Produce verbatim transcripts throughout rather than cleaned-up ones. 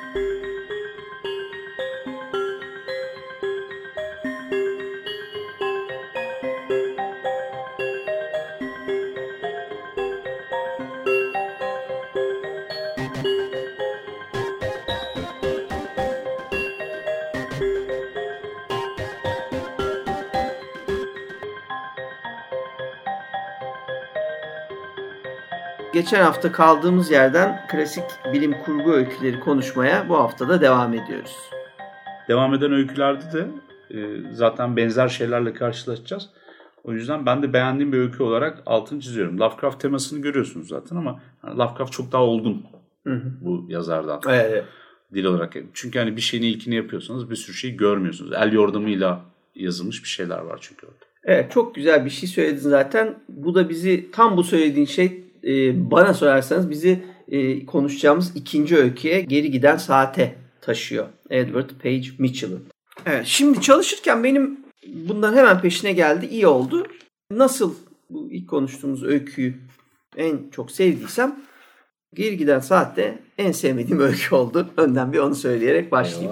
Geçen hafta kaldığımız yerden klasik bilim kurgu öyküleri konuşmaya bu hafta da devam ediyoruz. Devam eden öykülerde de e, zaten benzer şeylerle karşılaşacağız. O yüzden ben de beğendiğim bir öykü olarak altını çiziyorum. Lovecraft temasını görüyorsunuz zaten ama yani Lovecraft çok daha olgun hı hı. bu yazardan. Evet. Dil olarak. Çünkü hani bir şeyin ilkini yapıyorsanız bir sürü şey görmüyorsunuz. El yordamıyla yazılmış bir şeyler var çünkü orada. Evet, çok güzel bir şey söyledin zaten. Bu da bizi tam bu söylediğin şey e, bana sorarsanız bizi e, konuşacağımız ikinci öyküye Geri Giden Saate taşıyor. Edward Page Mitchell'ın. Evet, şimdi çalışırken benim bundan hemen peşine geldi. İyi oldu. Nasıl bu ilk konuştuğumuz öyküyü en çok sevdiysem Geri Giden Saat'te en sevmediğim öykü oldu. Önden bir onu söyleyerek başlayayım.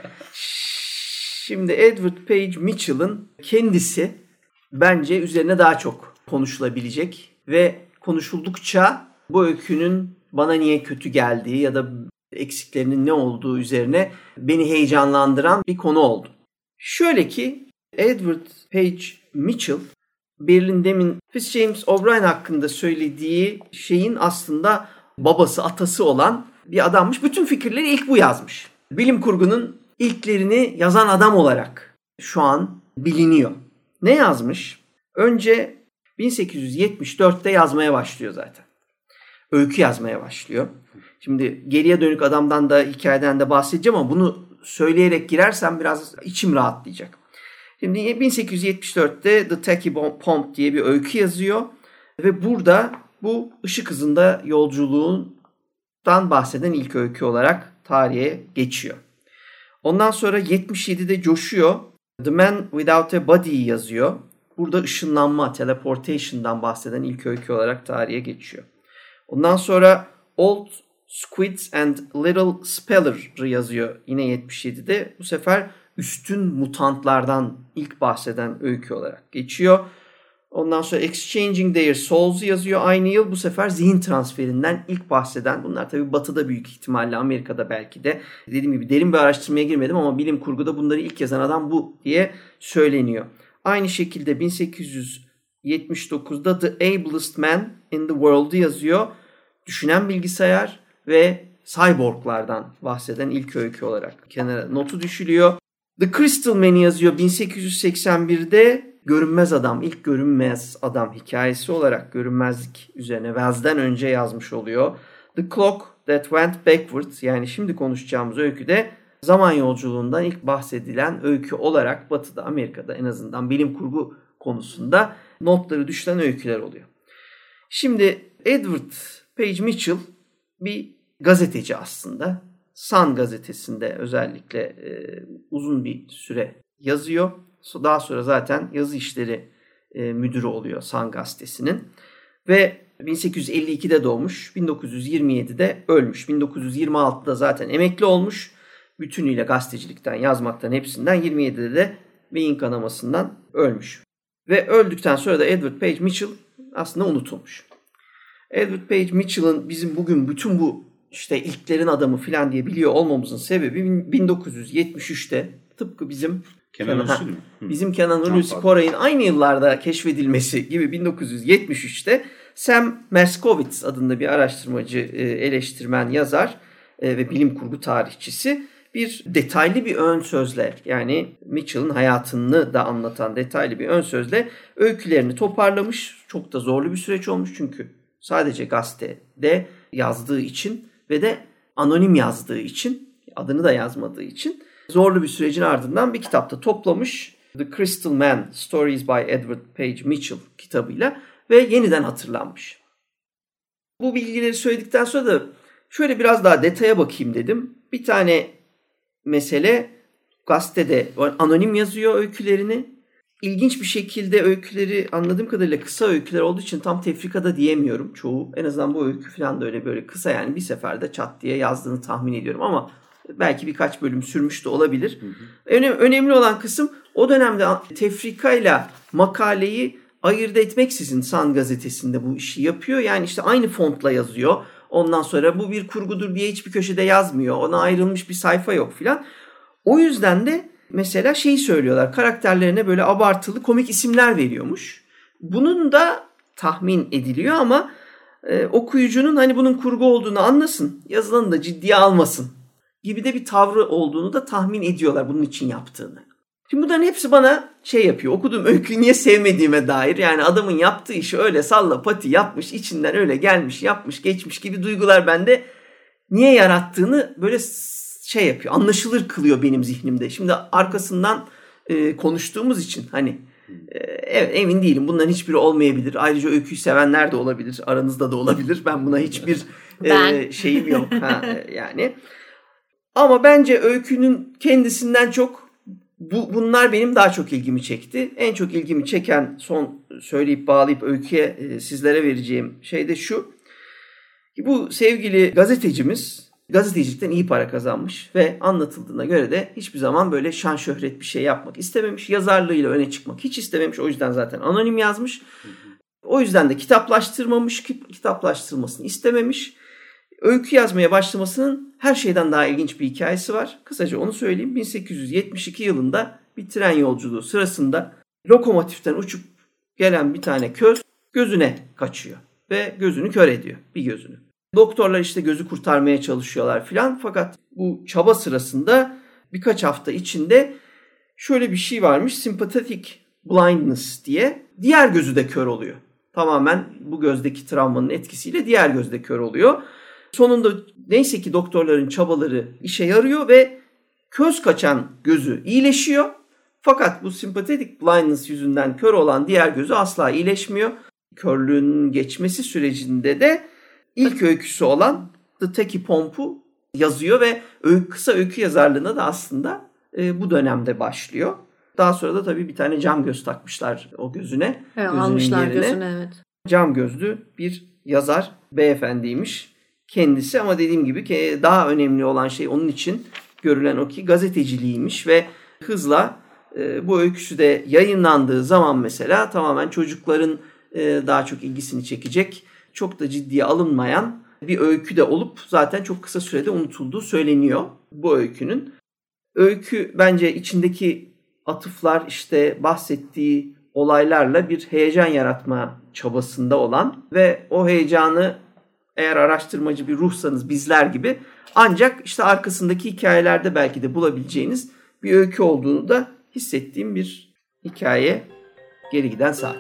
Şimdi Edward Page Mitchell'ın kendisi bence üzerine daha çok konuşulabilecek ve konuşuldukça bu öykünün bana niye kötü geldiği ya da eksiklerinin ne olduğu üzerine beni heyecanlandıran bir konu oldu. Şöyle ki Edward Page Mitchell, Berlin demin Fitzjames O'Brien hakkında söylediği şeyin aslında babası, atası olan bir adammış. Bütün fikirleri ilk bu yazmış. Bilim kurgunun ilklerini yazan adam olarak şu an biliniyor. Ne yazmış? Önce bin sekiz yüz yetmiş dörtte yazmaya başlıyor zaten. Öykü yazmaya başlıyor. Şimdi geriye dönük adamdan da hikayeden de bahsedeceğim ama bunu söyleyerek girersem biraz içim rahatlayacak. Şimdi bin sekiz yüz yetmiş dörtte The Tacky Bomb diye bir öykü yazıyor ve burada bu ışık hızında yolculuğundan bahseden ilk öykü olarak tarihe geçiyor. Ondan sonra yetmiş yedide coşuyor. The Man Without a Body'yi yazıyor. Burada ışınlanma, teleportation'dan bahseden ilk öykü olarak tarihe geçiyor. Ondan sonra Old Squids and Little Speller'ı yazıyor yine yetmiş yedide. Bu sefer üstün mutantlardan ilk bahseden öykü olarak geçiyor. Ondan sonra Exchanging Their Souls'u yazıyor aynı yıl. Bu sefer zihin transferinden ilk bahseden. Bunlar tabii Batı'da büyük ihtimalle, Amerika'da belki de. Dediğim gibi derin bir araştırmaya girmedim ama bilim kurguda bunları ilk yazan adam bu diye söyleniyor. Aynı şekilde bin sekiz yüz yetmiş dokuzda The Ablest Man in the World'u yazıyor. Düşünen bilgisayar ve cyborglardan bahseden ilk öykü olarak kenara notu düşülüyor. The Crystal Man'i yazıyor bin sekiz yüz seksen birde. Görünmez Adam, ilk görünmez adam hikayesi olarak görünmezlik üzerine Wells'den önce yazmış oluyor. The Clock That Went Backwards, yani şimdi konuşacağımız öyküde zaman yolculuğundan ilk bahsedilen öykü olarak Batı'da, Amerika'da en azından bilim kurgu konusunda notları düşülen öyküler oluyor. Şimdi Edward Page Mitchell bir gazeteci aslında. Sun gazetesinde özellikle e, uzun bir süre yazıyor. Daha sonra zaten yazı işleri e, müdürü oluyor Sun gazetesinin. Ve bin sekiz yüz elli ikide doğmuş, bin dokuz yüz yirmi yedide ölmüş. bin dokuz yüz yirmi altıda zaten emekli olmuş. Bütünüyle gazetecilikten, yazmaktan hepsinden yirmi yedide de beyin kanamasından ölmüş. Ve öldükten sonra da Edward Page Mitchell aslında unutulmuş. Edward Page Mitchell'ın bizim bugün bütün bu işte ilklerin adamı falan diye biliyor olmamızın sebebi bin dokuz yüz yetmiş üçte tıpkı bizim Kenan Hulusi mi? Bizim Kenan Hulusi Koray'ın aynı yıllarda keşfedilmesi gibi bin dokuz yüz yetmiş üçte Sam Merskowitz adında bir araştırmacı, eleştirmen, yazar ve bilim kurgu tarihçisi bir detaylı bir ön sözle, yani Mitchell'ın hayatını da anlatan detaylı bir ön sözle öykülerini toparlamış. Çok da zorlu bir süreç olmuş çünkü sadece gazetede yazdığı için ve de anonim yazdığı için, adını da yazmadığı için zorlu bir sürecin ardından bir kitapta toplamış. The Crystal Man, Stories by Edward Page Mitchell kitabıyla ve yeniden hatırlanmış. Bu bilgileri söyledikten sonra da şöyle biraz daha detaya bakayım dedim. Bir tane mesele, gazetede anonim yazıyor öykülerini. İlginç bir şekilde öyküleri anladığım kadarıyla kısa öyküler olduğu için tam tefrikada diyemiyorum. Çoğu, en azından bu öykü falan da öyle böyle kısa, yani bir seferde çat diye yazdığını tahmin ediyorum ama Belki birkaç bölüm sürmüş de olabilir. Hı hı. Önem, önemli olan kısım o dönemde tefrikayla makaleyi ayırt etmeksizin Sun gazetesinde bu işi yapıyor. Yani işte aynı fontla yazıyor. Ondan sonra bu bir kurgudur diye hiçbir köşede yazmıyor. Ona ayrılmış bir sayfa yok filan. O yüzden de mesela şeyi söylüyorlar. Karakterlerine böyle abartılı komik isimler veriyormuş. Bunun da tahmin ediliyor ama e, okuyucunun hani bunun kurgu olduğunu anlasın. Yazılanı da ciddiye almasın gibi de bir tavrı olduğunu da tahmin ediyorlar bunun için yaptığını. Şimdi bunların hepsi bana şey yapıyor. Okuduğum öyküyü niye sevmediğime dair. Yani adamın yaptığı işi öyle salla pati yapmış, içinden öyle gelmiş, yapmış, geçmiş gibi duygular bende niye yarattığını böyle şey yapıyor. Anlaşılır kılıyor benim zihnimde. Şimdi arkasından e, konuştuğumuz için hani e, evet emin değilim. Bunların hiçbiri olmayabilir. Ayrıca öyküyü sevenler de olabilir. Aranızda da olabilir. Ben buna hiçbir e, şeyim yok. Ha, yani. Ama bence öykünün kendisinden çok bu, bunlar benim daha çok ilgimi çekti. En çok ilgimi çeken son söyleyip bağlayıp öyküye e, sizlere vereceğim şey de şu. Bu sevgili gazetecimiz gazetecilikten iyi para kazanmış ve anlatıldığına göre de hiçbir zaman böyle şan şöhret bir şey yapmak istememiş. Yazarlığıyla öne çıkmak hiç istememiş. O yüzden zaten anonim yazmış. O yüzden de kitaplaştırmamış, kitaplaştırmasını istememiş. Öykü yazmaya başlamasının her şeyden daha ilginç bir hikayesi var. Kısaca onu söyleyeyim. bin sekiz yüz yetmiş iki yılında bir tren yolculuğu sırasında lokomotiften uçup gelen bir tane köz gözüne kaçıyor. Ve gözünü kör ediyor. Bir gözünü. Doktorlar işte gözü kurtarmaya çalışıyorlar filan. Fakat bu çaba sırasında birkaç hafta içinde şöyle bir şey varmış. Sympathetic blindness diye. Diğer gözü de kör oluyor. Tamamen bu gözdeki travmanın etkisiyle diğer gözde kör oluyor. Sonunda neyse ki doktorların çabaları işe yarıyor ve köz kaçan gözü iyileşiyor. Fakat bu sympathetic blindness yüzünden kör olan diğer gözü asla iyileşmiyor. Körlüğün geçmesi sürecinde de ilk öyküsü olan The Tacky Pump'u yazıyor ve öykü, kısa öykü yazarlığına da aslında e, bu dönemde başlıyor. Daha sonra da tabii bir tane cam göz takmışlar o gözüne. Evet, almışlar gözüne, evet. Cam gözlü bir yazar beyefendiymiş kendisi ama dediğim gibi ki daha önemli olan şey onun için görülen o ki gazeteciliğiymiş ve hızla e, bu öyküsü de yayınlandığı zaman mesela tamamen çocukların e, daha çok ilgisini çekecek, çok da ciddiye alınmayan bir öykü de olup zaten çok kısa sürede unutulduğu söyleniyor bu öykünün. Öykü bence içindeki atıflar işte bahsettiği olaylarla bir heyecan yaratma çabasında olan ve o heyecanı eğer araştırmacı bir ruhsanız bizler gibi ancak işte arkasındaki hikayelerde belki de bulabileceğiniz bir öykü olduğunu da hissettiğim bir hikaye Geri Giden Saat.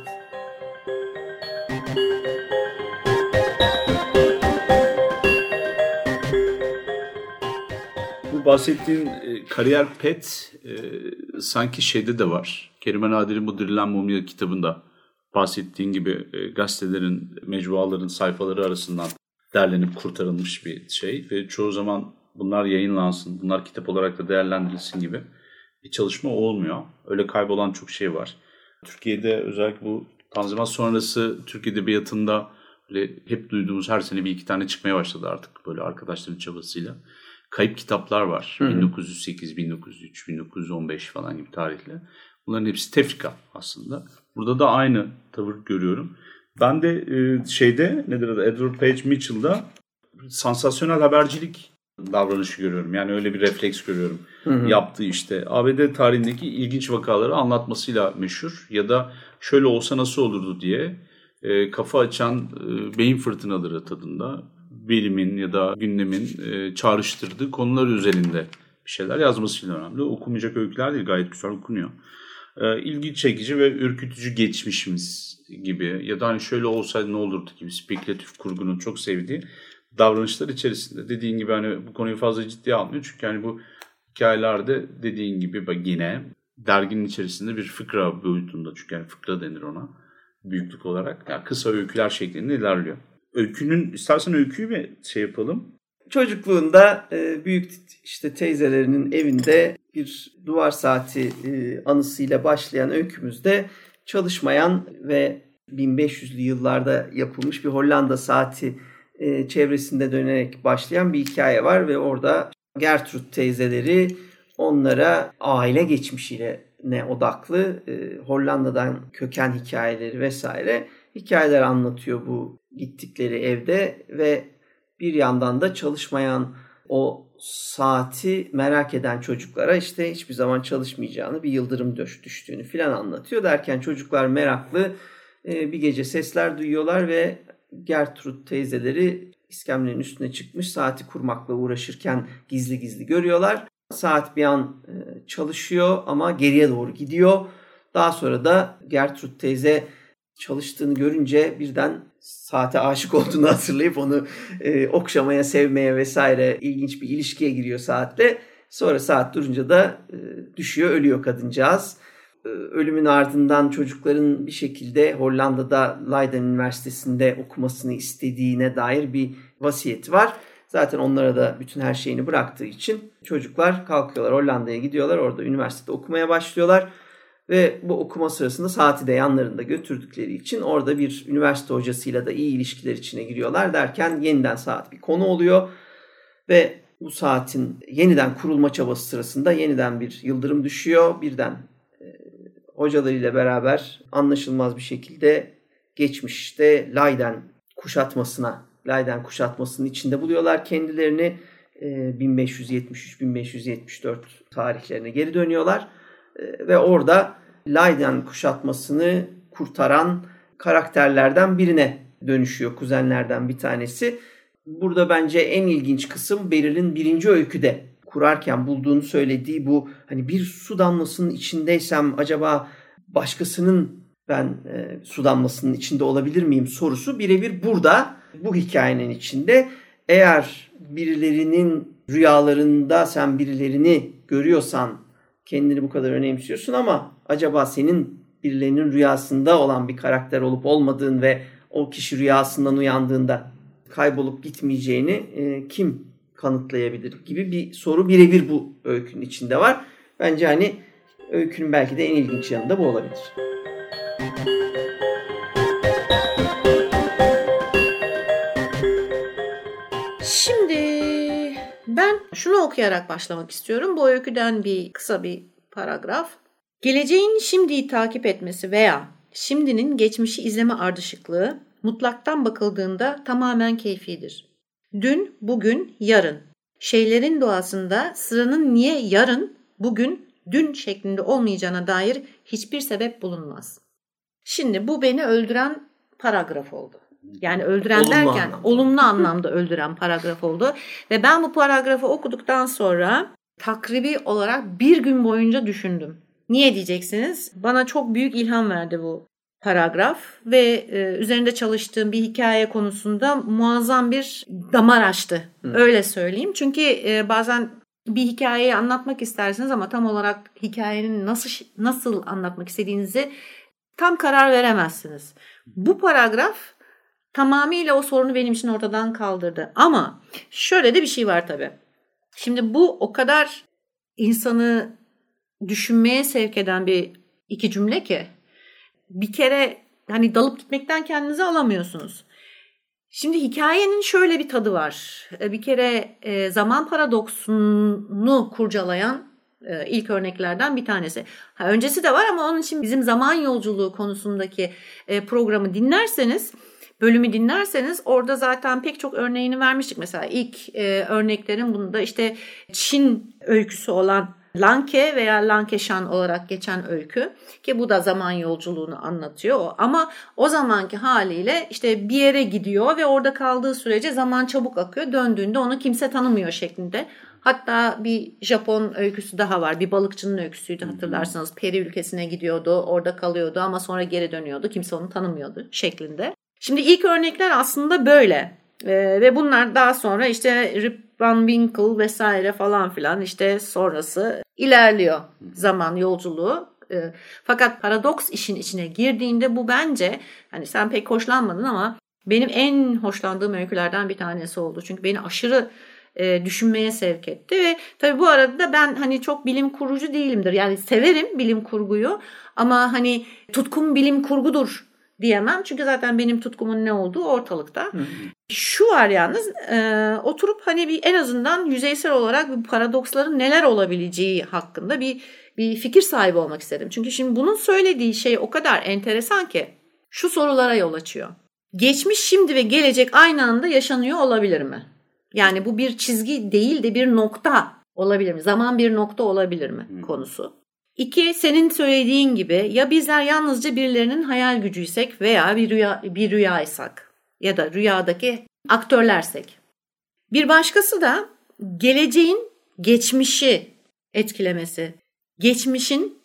Bu bahsettiğin e, kariyer pet e, sanki şeyde de var. Keriman Adil'in bu Dirilen Mumya kitabında bahsettiğin gibi e, gazetelerin, mecmuaların sayfaları arasından derlenip kurtarılmış bir şey ve çoğu zaman bunlar yayınlansın, bunlar kitap olarak da değerlendirilsin gibi bir çalışma olmuyor. Öyle kaybolan çok şey var. Türkiye'de özellikle bu Tanzimat sonrası Türk Edebiyatı'nda böyle hep duyduğumuz her sene bir iki tane çıkmaya başladı artık böyle arkadaşların çabasıyla. Kayıp kitaplar var. Hı hı. bin dokuz yüz sekiz, bin dokuz yüz üç, bin dokuz yüz on beş falan gibi tarihli. Bunların hepsi tefrika aslında. Burada da aynı tavır görüyorum. Ben de e, şeyde nedir adı Edward Page Mitchell'da sansasyonel habercilik davranışı görüyorum. Yani öyle bir refleks görüyorum. Hı hı. Yaptığı işte A B D tarihindeki ilginç vakaları anlatmasıyla meşhur ya da şöyle olsa nasıl olurdu diye e, kafa açan e, beyin fırtınaları tadında bilimin ya da gündemin e, çağrıştırdığı konular üzerinde bir şeyler yazmasıyla önemli. Okunmayacak öyküler değil, gayet güzel okunuyor. E, ilgi çekici ve ürkütücü geçmişimiz gibi ya da hani şöyle olsaydı ne olurdu gibi spekülatif kurgunun çok sevdiği davranışlar içerisinde. Dediğin gibi hani bu konuyu fazla ciddiye almıyor. Çünkü hani bu hikayelerde dediğin gibi bak yine derginin içerisinde bir fıkra boyutunda, çünkü yani fıkra denir ona büyüklük olarak. Yani kısa öyküler şeklinde ilerliyor. Öykünün, istersen öyküyü bir şey yapalım. Çocukluğunda e, büyük işte teyzelerinin evinde bir duvar saati e, anısıyla başlayan öykümüzde çalışmayan ve bin beş yüzlü yıllarda yapılmış bir Hollanda saati e, çevresinde dönerek başlayan bir hikaye var ve orada Gertrude teyzeleri onlara aile geçmişiyle ne odaklı e, Hollanda'dan köken hikayeleri vesaire hikayeler anlatıyor bu gittikleri evde ve bir yandan da çalışmayan o saati merak eden çocuklara işte hiçbir zaman çalışmayacağını, bir yıldırım düştüğünü filan anlatıyor derken çocuklar meraklı e, bir gece sesler duyuyorlar ve Gertrude teyzeleri iskemlenin üstüne çıkmış saati kurmakla uğraşırken gizli gizli görüyorlar. Saat bir an e, çalışıyor ama geriye doğru gidiyor. Daha sonra da Gertrude teyze çalıştığını görünce birden saate aşık olduğunu hatırlayıp onu e, okşamaya, sevmeye vesaire ilginç bir ilişkiye giriyor saatle. Sonra saat durunca da e, düşüyor, ölüyor kadıncağız. E, ölümün ardından çocukların bir şekilde Hollanda'da Leiden Üniversitesi'nde okumasını istediğine dair bir vasiyeti var. Zaten onlara da bütün her şeyini bıraktığı için çocuklar kalkıyorlar, Hollanda'ya gidiyorlar. Orada üniversitede okumaya başlıyorlar. Ve bu okuma sırasında saati de yanlarında götürdükleri için orada bir üniversite hocasıyla da iyi ilişkiler içine giriyorlar derken yeniden saat bir konu oluyor. Ve bu saatin yeniden kurulma çabası sırasında yeniden bir yıldırım düşüyor. Birden e, hocalarıyla beraber anlaşılmaz bir şekilde geçmişte Leiden kuşatmasına, Leiden kuşatmasının içinde buluyorlar kendilerini. E, bin beş yüz yetmiş üç bin beş yüz yetmiş dört tarihlerine geri dönüyorlar. Ve orada Leiden kuşatmasını kurtaran karakterlerden birine dönüşüyor, kuzenlerden bir tanesi. Burada bence en ilginç kısım Beryl'in birinci öyküde kurarken bulduğunu söylediği bu hani bir su damlasının içindeysem acaba başkasının ben e, su damlasının içinde olabilir miyim sorusu birebir burada bu hikayenin içinde. Eğer birilerinin rüyalarında sen birilerini görüyorsan kendini bu kadar önemsiyorsun ama acaba senin birilerinin rüyasında olan bir karakter olup olmadığın ve o kişi rüyasından uyandığında kaybolup gitmeyeceğini e, kim kanıtlayabilir gibi bir soru birebir bu öykünün içinde var. Bence hani öykünün belki de en ilginç yanı da bu olabilir. Şimdi ben şunu okuyarak başlamak istiyorum. Bu öyküden bir kısa bir paragraf. Geleceğin şimdiyi takip etmesi veya şimdinin geçmişi izleme ardışıklığı mutlaktan bakıldığında tamamen keyfidir. Dün, bugün, yarın. Şeylerin doğasında sıranın niye yarın, bugün, dün şeklinde olmayacağına dair hiçbir sebep bulunmaz. Şimdi bu beni öldüren paragraf oldu. Yani öldüren olumlu derken anlamda. olumlu anlamda öldüren paragraf oldu. Ve ben bu paragrafı okuduktan sonra takribi olarak bir gün boyunca düşündüm. Niye diyeceksiniz? Bana çok büyük ilham verdi bu paragraf ve e, üzerinde çalıştığım bir hikaye konusunda muazzam bir damar açtı. Hı. Öyle söyleyeyim. Çünkü e, bazen bir hikayeyi anlatmak istersiniz ama tam olarak hikayenin nasıl nasıl anlatmak istediğinizi tam karar veremezsiniz. Bu paragraf tamamıyla o sorunu benim için ortadan kaldırdı. Ama şöyle de bir şey var tabii. Şimdi bu o kadar insanı düşünmeye sevk eden bir iki cümle ki bir kere hani dalıp gitmekten kendinizi alamıyorsunuz. Şimdi hikayenin şöyle bir tadı var. Bir kere zaman paradoksunu kurcalayan ilk örneklerden bir tanesi. Ha, öncesi de var ama onun için bizim zaman yolculuğu konusundaki programı dinlerseniz, bölümü dinlerseniz orada zaten pek çok örneğini vermiştik. Mesela ilk örneklerin bunda işte Çin öyküsü olan Lanke veya Lankeshan olarak geçen öykü ki bu da zaman yolculuğunu anlatıyor. Ama o zamanki haliyle işte bir yere gidiyor ve orada kaldığı sürece zaman çabuk akıyor. Döndüğünde onu kimse tanımıyor şeklinde. Hatta bir Japon öyküsü daha var. Bir balıkçının öyküsüydü hatırlarsanız. Peri ülkesine gidiyordu, orada kalıyordu ama sonra geri dönüyordu. Kimse onu tanımıyordu şeklinde. Şimdi ilk örnekler aslında böyle. Ee, ve bunlar daha sonra işte Rip Van Winkle vesaire falan filan işte sonrası ilerliyor zaman yolculuğu. Ee, fakat paradoks işin içine girdiğinde bu bence hani sen pek hoşlanmadın ama benim en hoşlandığım öykülerden bir tanesi oldu. Çünkü beni aşırı e, düşünmeye sevk etti ve tabii bu arada da ben hani çok bilim kurgucu değilimdir. Yani severim bilim kurguyu ama hani tutkum bilim kurgudur diyemem. Çünkü zaten benim tutkumun ne olduğu ortalıkta. Hı hı. Şu var yalnız e, oturup hani bir en azından yüzeysel olarak bu paradoksların neler olabileceği hakkında bir bir fikir sahibi olmak istedim. Çünkü şimdi bunun söylediği şey o kadar enteresan ki şu sorulara yol açıyor. Geçmiş, şimdi ve gelecek aynı anda yaşanıyor olabilir mi? Yani bu bir çizgi değil de bir nokta olabilir mi? Zaman bir nokta olabilir mi hmm. konusu. İki, senin söylediğin gibi ya bizler yalnızca birilerinin hayal gücüysek veya bir rüya bir rüyaysak ya da rüyadaki aktörlersek. Bir başkası da geleceğin geçmişi etkilemesi, geçmişin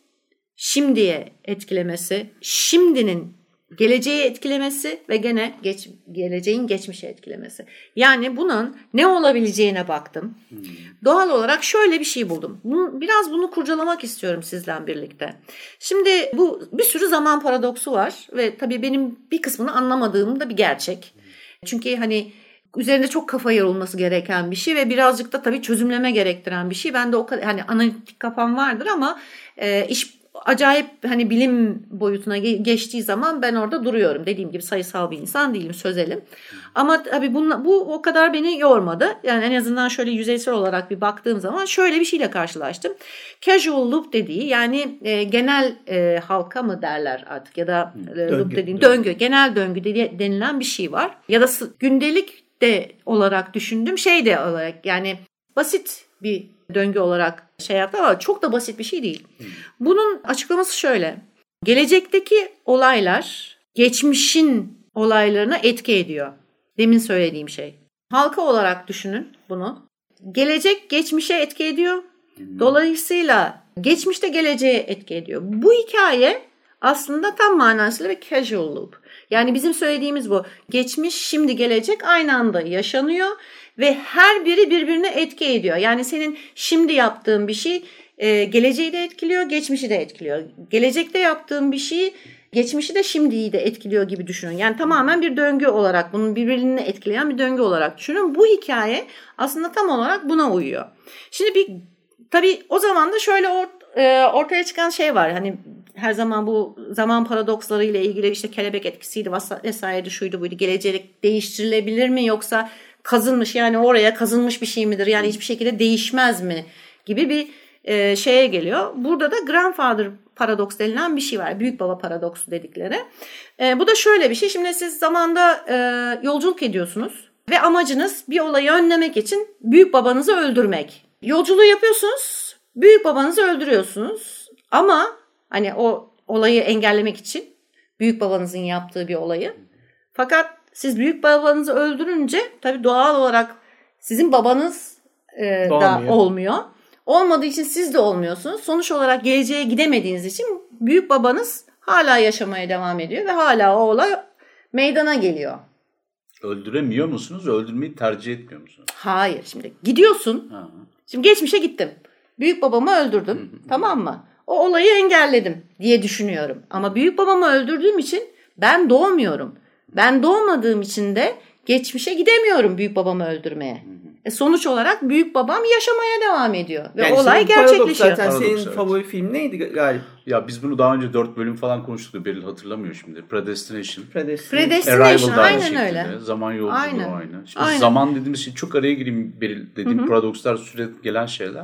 şimdiye etkilemesi, şimdinin geleceği etkilemesi ve gene geç, geleceğin geçmişe etkilemesi. Yani bunun ne olabileceğine baktım. Hmm. Doğal olarak şöyle bir şey buldum. Bunu, biraz bunu kurcalamak istiyorum sizle birlikte. Şimdi bu bir sürü zaman paradoksu var ve tabii benim bir kısmını anlamadığım da bir gerçek. Çünkü hani üzerinde çok kafa yorulması gereken bir şey ve birazcık da tabii çözümleme gerektiren bir şey. Ben de o kadar hani analitik kafam vardır ama e, iş acayip hani bilim boyutuna geçtiği zaman ben orada duruyorum. Dediğim gibi sayısal bir insan değilim, sözelim. Ama tabii bunla, bu o kadar beni yormadı. Yani en azından şöyle yüzeysel olarak bir baktığım zaman şöyle bir şeyle karşılaştım. Casual loop dediği, yani e, genel e, halka mı derler artık ya da e, döngü, loop dediğin döngü. döngü, genel döngü denilen bir şey var. Ya da gündelik de olarak düşündüm, şey de olarak, yani basit bir döngü olarak şey yaptı ama çok da basit bir şey değil. Bunun açıklaması şöyle. Gelecekteki olaylar geçmişin olaylarına etki ediyor. Demin söylediğim şey. Halka olarak düşünün bunu. Gelecek geçmişe etki ediyor. Dolayısıyla geçmişte geleceğe etki ediyor. Bu hikaye aslında tam manasıyla bir casual loop. Yani bizim söylediğimiz bu. Geçmiş, şimdi, gelecek aynı anda yaşanıyor ve her biri birbirine etki ediyor. Yani senin şimdi yaptığın bir şey e, geleceği de etkiliyor, geçmişi de etkiliyor. Gelecekte yaptığın bir şey geçmişi de şimdiyi de etkiliyor gibi düşünün. Yani tamamen bir döngü olarak, bunun birbirini etkileyen bir döngü olarak düşünün. Bu hikaye aslında tam olarak buna uyuyor. Şimdi bir tabii o zaman da şöyle or- e, ortaya çıkan şey var. Hani her zaman bu zaman paradoksları ile ilgili işte kelebek etkisiydi vesaire, şuydu buydu. Gelecek değiştirilebilir mi yoksa kazınmış, yani oraya kazınmış bir şey midir? Yani hiçbir şekilde değişmez mi gibi bir e, şeye geliyor. Burada da grandfather paradoks denilen bir şey var. Büyük baba paradoksu dedikleri. E, bu da şöyle bir şey. Şimdi siz zamanda e, yolculuk ediyorsunuz ve amacınız bir olayı önlemek için büyük babanızı öldürmek. Yolculuğu yapıyorsunuz, büyük babanızı öldürüyorsunuz ama hani o olayı engellemek için, büyük babanızın yaptığı bir olayı. Fakat siz büyük babanızı öldürünce tabii doğal olarak sizin babanız e, da olmuyor. Olmadığı için siz de olmuyorsunuz. Sonuç olarak geleceğe gidemediğiniz için büyük babanız hala yaşamaya devam ediyor ve hala o olay meydana geliyor. Öldüremiyor musunuz? Öldürmeyi tercih etmiyor musunuz? Hayır. Şimdi gidiyorsun. Ha. Şimdi geçmişe gittim. Büyük babamı öldürdüm. Tamam mı? O olayı engelledim diye düşünüyorum. Ama büyük babamı öldürdüğüm için ben doğmuyorum. Ben doğmadığım için de geçmişe gidemiyorum büyük babamı öldürmeye. E sonuç olarak büyük babam yaşamaya devam ediyor. Ve yani olay gerçekleşiyor. Zaten paradoks, senin evet. favori film neydi galiba? Ya biz bunu daha önce dört bölüm falan konuştuk. Beril hatırlamıyor şimdi. Predestination. Predestination. Predestination. Aynen şeklinde. öyle. Zaman yolculuğu aynen. aynı. Şimdi aynen. Zaman dediğimiz şey, çok araya gireyim Beril dediğim, paradokslar sürekli gelen şeyler.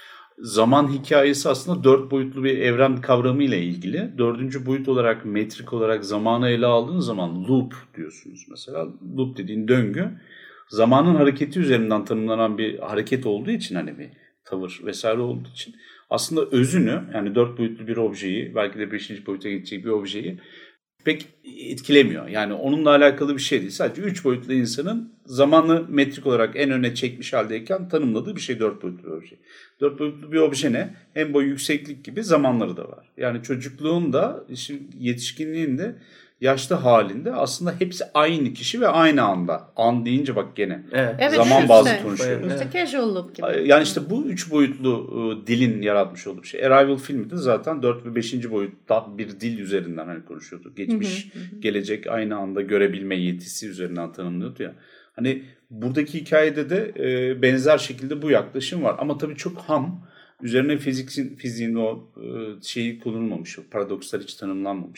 Zaman hikayesi aslında dört boyutlu bir evren kavramı ile ilgili. Dördüncü boyut olarak, metrik olarak zamanı ele aldığınız zaman loop diyorsunuz mesela. Loop dediğin döngü. Zamanın hareketi üzerinden tanımlanan bir hareket olduğu için, hani bir tavır vesaire olduğu için aslında özünü, yani dört boyutlu bir objeyi, belki de beşinci boyuta geçecek bir objeyi pek etkilemiyor. Yani onunla alakalı bir şey değil. Sadece üç boyutlu insanın zamanı metrik olarak en öne çekmiş haldeyken tanımladığı bir şey dört boyutlu bir obje. Dört boyutlu bir obje ne? Hem boy, yükseklik gibi zamanları da var. Yani çocukluğun da, yetişkinliğin de, yaşlı halinde aslında hepsi aynı kişi ve aynı anda. An deyince bak gene. Evet. Evet, zaman bazı işte, konuşuyoruz. İşte casual loop gibi. Yani işte bu üç boyutlu uh, dilin yaratmış olduğu bir şey. Arrival filmi de zaten dört ve beşinci boyutta bir dil üzerinden hani konuşuyordu. Geçmiş, hı hı. gelecek aynı anda görebilme yetisi üzerinden tanımlıyordu ya. Hani buradaki hikayede de e, benzer şekilde bu yaklaşım var. Ama tabii çok ham. Üzerine fiziksin, fiziğin o e, şeyi kullanılmamış. O paradokslar hiç tanımlanmamış.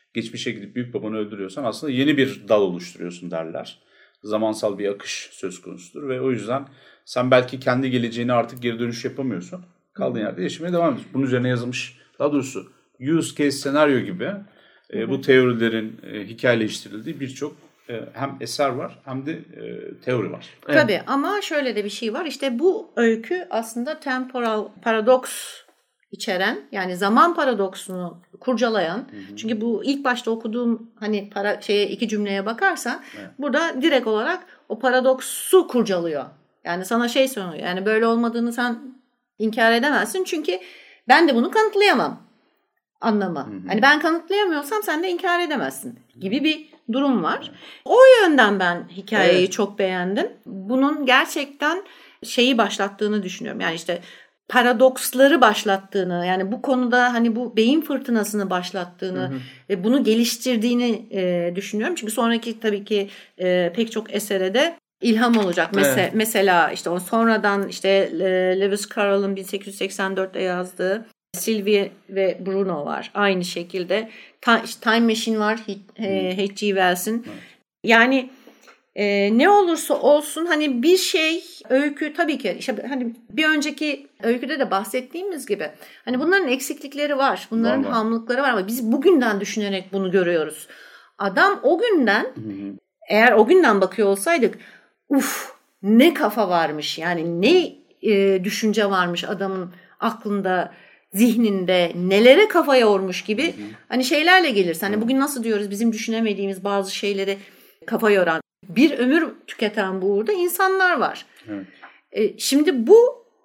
geçmişe gidip büyük babanı öldürüyorsan aslında yeni bir dal oluşturuyorsun derler. Zamansal bir akış söz konusudur ve o yüzden sen belki kendi geleceğine artık geri dönüş yapamıyorsun. Kaldığın yerde yaşamaya devam ediyorsun. Bunun üzerine yazılmış, daha doğrusu use case senaryo gibi e, bu teorilerin e, hikayeleştirildiği birçok e, hem eser var hem de e, teori var. Evet. Tabii ama şöyle de bir şey var. İşte bu öykü aslında temporal paradoks içeren, yani zaman paradoksunu kurcalayan. Hı hı. Çünkü bu ilk başta okuduğum hani para şeye iki cümleye bakarsan evet. burada direkt olarak o paradoksu kurcalıyor. Yani sana şey söylüyor. Yani böyle olmadığını sen inkar edemezsin. Çünkü ben de bunu kanıtlayamam anlamı. Hı hı. Hani ben kanıtlayamıyorsam sen de inkar edemezsin gibi bir durum var. O yönden ben hikayeyi evet. çok beğendim. Bunun gerçekten şeyi başlattığını düşünüyorum. Yani işte paradoksları başlattığını, yani bu konuda hani bu beyin fırtınasını başlattığını hı hı. ve bunu geliştirdiğini e, düşünüyorum. Çünkü sonraki tabii ki e, pek çok esere de ilham olacak. Mese- evet. Mesela işte o sonradan işte e, Lewis Carroll'ın bin sekiz yüz seksen dörtte yazdığı Sylvie ve Bruno var. Aynı şekilde Ta- işte Time Machine var. H G. Wells'in. Evet. Yani e, ne olursa olsun hani bir şey öykü tabii ki işte hani bir önceki öyküde de bahsettiğimiz gibi hani bunların eksiklikleri var. Bunların var, var. hamlıkları var ama biz bugünden düşünerek bunu görüyoruz. Adam o günden hı hı. eğer o günden bakıyor olsaydık uf ne kafa varmış yani ne e, düşünce varmış adamın aklında, zihninde, nelere kafa yormuş gibi hı hı. hani şeylerle gelirsin. Hani bugün nasıl diyoruz bizim düşünemediğimiz bazı şeyleri kafa yoran, bir ömür tüketen bu uğurda insanlar var. Evet. E, şimdi bu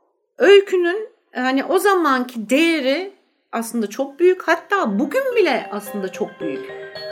öykünün hani o zamanki değeri aslında çok büyük. Hatta bugün bile aslında çok büyük.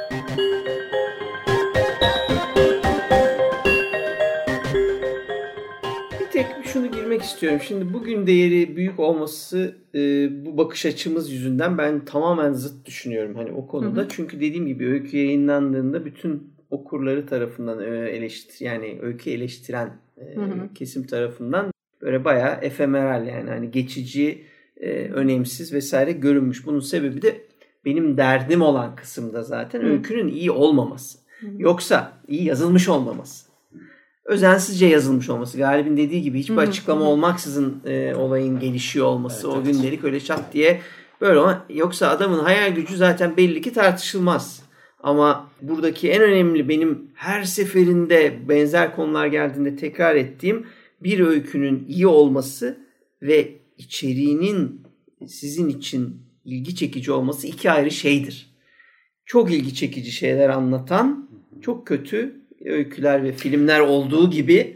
Şunu girmek istiyorum. Şimdi bugün değeri büyük olması e, bu bakış açımız yüzünden ben tamamen zıt düşünüyorum hani o konuda. Hı hı. Çünkü dediğim gibi öykü yayınlandığında bütün okurları tarafından eleştir yani öykü eleştiren e, hı hı. kesim tarafından böyle bayağı efemeral yani hani geçici, e, önemsiz vesaire görünmüş. Bunun sebebi de benim derdim olan kısımda zaten hı. öykünün iyi olmaması. Hı hı. Yoksa iyi yazılmış olmaması. Özensizce yazılmış olması. Galip'in dediği gibi hiçbir hı hı, açıklama hı. olmaksızın e, olayın gelişiyor olması. Evet, o evet. gündelik öyle çat diye böyle ama yoksa adamın hayal gücü zaten belli ki tartışılmaz. Ama buradaki en önemli benim her seferinde benzer konular geldiğinde tekrar ettiğim bir öykünün iyi olması ve içeriğinin sizin için ilgi çekici olması iki ayrı şeydir. Çok ilgi çekici şeyler anlatan, çok kötü öyküler ve filmler olduğu gibi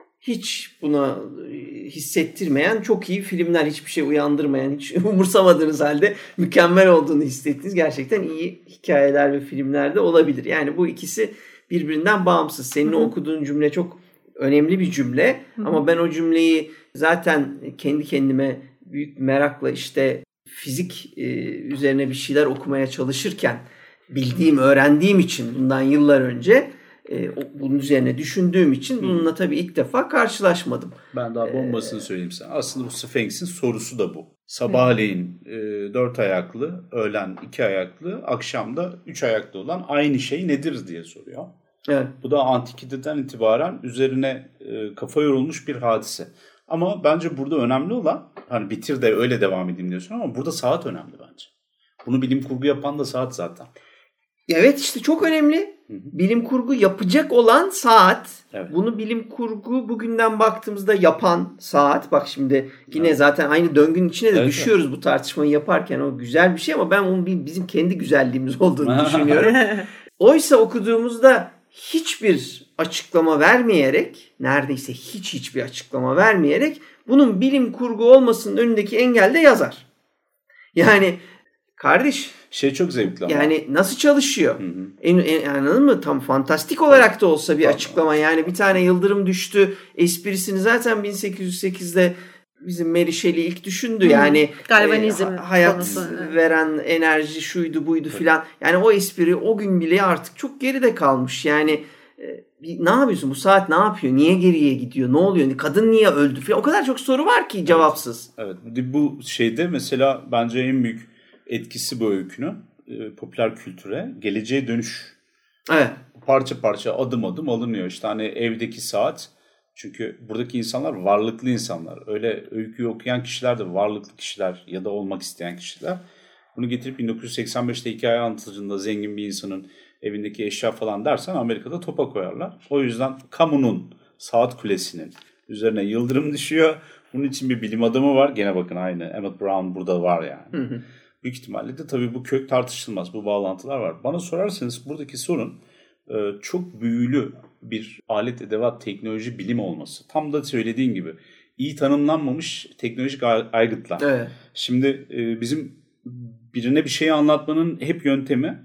hiç buna hissettirmeyen çok iyi filmler, hiçbir şey uyandırmayan, hiç umursamadığınız halde mükemmel olduğunu hissettiğiniz gerçekten iyi hikayeler ve filmler de olabilir. Yani bu ikisi birbirinden bağımsız. Senin Hı-hı. okuduğun cümle çok önemli bir cümle Hı-hı. ama ben o cümleyi zaten kendi kendime büyük merakla işte fizik üzerine bir şeyler okumaya çalışırken bildiğim, öğrendiğim için bundan yıllar önce E, bunun üzerine düşündüğüm için bununla tabii ilk defa karşılaşmadım. Ben daha bombasını ee, söyleyeyim sana. Aslında bu Sphinx'in sorusu da bu. Sabahleyin e, dört ayaklı, öğlen iki ayaklı, akşamda üç ayaklı olan aynı şey nedir diye soruyor. Evet. Bu da antikiteden itibaren üzerine e, kafa yorulmuş bir hadise. Ama bence burada önemli olan, hani bitir de öyle devam edeyim diyorsun ama burada saat önemli bence. Bunu bilim kurgu yapan da saat zaten. Evet işte çok önemli. Bilim kurgu yapacak olan saat. Evet. Bunu bilim kurgu bugünden baktığımızda yapan saat. Bak şimdi yine evet. zaten aynı döngünün içine de evet, düşüyoruz evet. bu tartışmayı yaparken. O güzel bir şey ama ben onun bizim kendi güzelliğimiz olduğunu düşünüyorum. Oysa okuduğumuzda hiçbir açıklama vermeyerek, neredeyse hiç hiçbir açıklama vermeyerek bunun bilim kurgu olmasının önündeki engel de yazar. Yani kardeş şey çok zevkli ama. Yani nasıl çalışıyor? Hı hı. En, en, anladın mı? Tam fantastik olarak da olsa bir açıklama. Yani bir tane yıldırım düştü. Esprisini zaten bin sekiz yüz sekizde bizim Mary Shelley ilk düşündü. Hı. Yani galvanizm e, hayat konusu. veren enerji şuydu buydu filan. Yani o espri o gün bile artık çok geride kalmış. Yani e, ne yapıyorsun? Bu saat ne yapıyor? Niye geriye gidiyor? Ne oluyor? Kadın niye öldü filan? O kadar çok soru var ki cevapsız. Evet. evet. Bu şeyde mesela bence en büyük etkisi bu öykünün. e, popüler kültüre geleceğe dönüş. Evet. Parça parça adım adım alınıyor. İşte hani evdeki saat. Çünkü buradaki insanlar varlıklı insanlar. Öyle öyküyü okuyan kişiler de varlıklı kişiler ya da olmak isteyen kişiler. Bunu getirip bin dokuz yüz seksen beşte hikaye anlatıcında zengin bir insanın evindeki eşya falan dersen Amerika'da topa koyarlar. O yüzden kamunun, saat kulesinin üzerine yıldırım düşüyor. Bunun için bir bilim adamı var. Gene bakın aynı Emmett Brown burada var yani. Hı hı. Büyük ihtimalle de tabii bu kök tartışılmaz. Bu bağlantılar var. Bana sorarsanız buradaki sorun çok büyülü bir alet, edevat, teknoloji, bilim olması. Tam da söylediğin gibi iyi tanımlanmamış teknolojik aygıtlar. Evet. Şimdi bizim birine bir şeyi anlatmanın hep yöntemi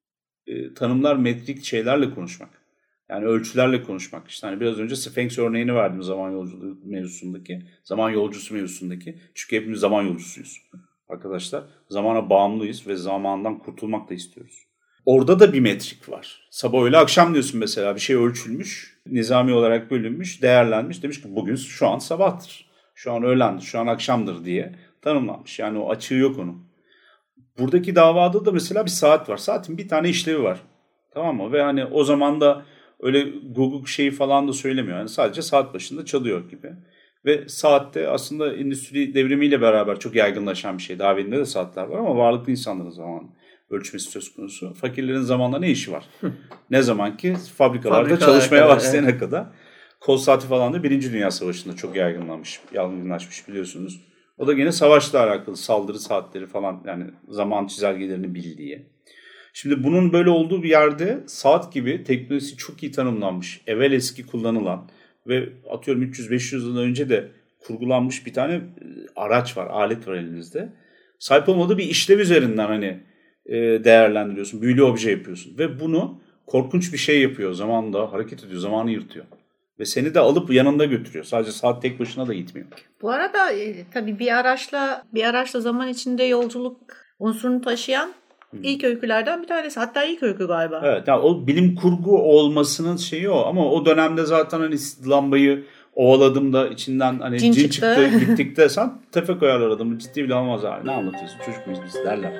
tanımlar, metrik şeylerle konuşmak. Yani ölçülerle konuşmak. İşte hani biraz önce Sphinx örneğini verdim zaman yolculuğu mevzusundaki. Zaman yolcusu mevzusundaki. Çünkü hepimiz zaman yolcusuyuz. Arkadaşlar zamana bağımlıyız ve zamandan kurtulmak da istiyoruz. Orada da bir metrik var. Sabah öğle akşam diyorsun mesela, bir şey ölçülmüş, nizami olarak bölünmüş, değerlenmiş. Demiş ki bugün şu an sabahtır, şu an öğlendir, şu an akşamdır diye tanımlanmış. Yani o açığı yok onun. Buradaki davada da mesela bir saat var. Saatin bir tane işlevi var. Tamam mı? Ve hani o zaman da öyle Google şeyi falan da söylemiyor. Yani sadece saat başında çalıyor gibi. Ve saatte aslında endüstri devrimiyle beraber çok yaygınlaşan bir şey. Daha evinde de saatler var ama varlıklı insanların zamanı ölçmesi söz konusu. Fakirlerin zamanla ne işi var? Ne zaman ki fabrikalarda Fabrikalar çalışmaya kadar, başlayana evet. kadar. Kol saati falan da Birinci Dünya Savaşı'nda çok yaygınlanmış, yaygınlaşmış biliyorsunuz. O da gene savaşla alakalı saldırı saatleri falan, yani zaman çizelgelerini bildiği. Şimdi bunun böyle olduğu bir yerde saat gibi teknolojisi çok iyi tanımlanmış, evvel eski kullanılan ve atıyorum üç yüz beş yüz yıl önce de kurgulanmış bir tane araç var, alet var elinizde. Sahip olmadığı bir işlev üzerinden hani değerlendiriyorsun, büyülü obje yapıyorsun ve bunu korkunç bir şey yapıyor, zamanla hareket ediyor, zamanı yırtıyor. Ve seni de alıp yanında götürüyor. Sadece saat tek başına da gitmiyor. Bu arada e, tabii bir araçla bir araçla zaman içinde yolculuk unsurunu taşıyan hmm. ilk öykülerden bir tanesi. Hatta ilk öykü galiba. Evet, yani o bilim kurgu olmasının şeyi o. Ama o dönemde zaten hani lambayı ovaladım da içinden hani cin, cin çıktı, çıktı gittik desen tefe koyarlar adamı. Ciddi bile almaz abi. Ne anlatıyorsun? Çocuk muyuz biz derler.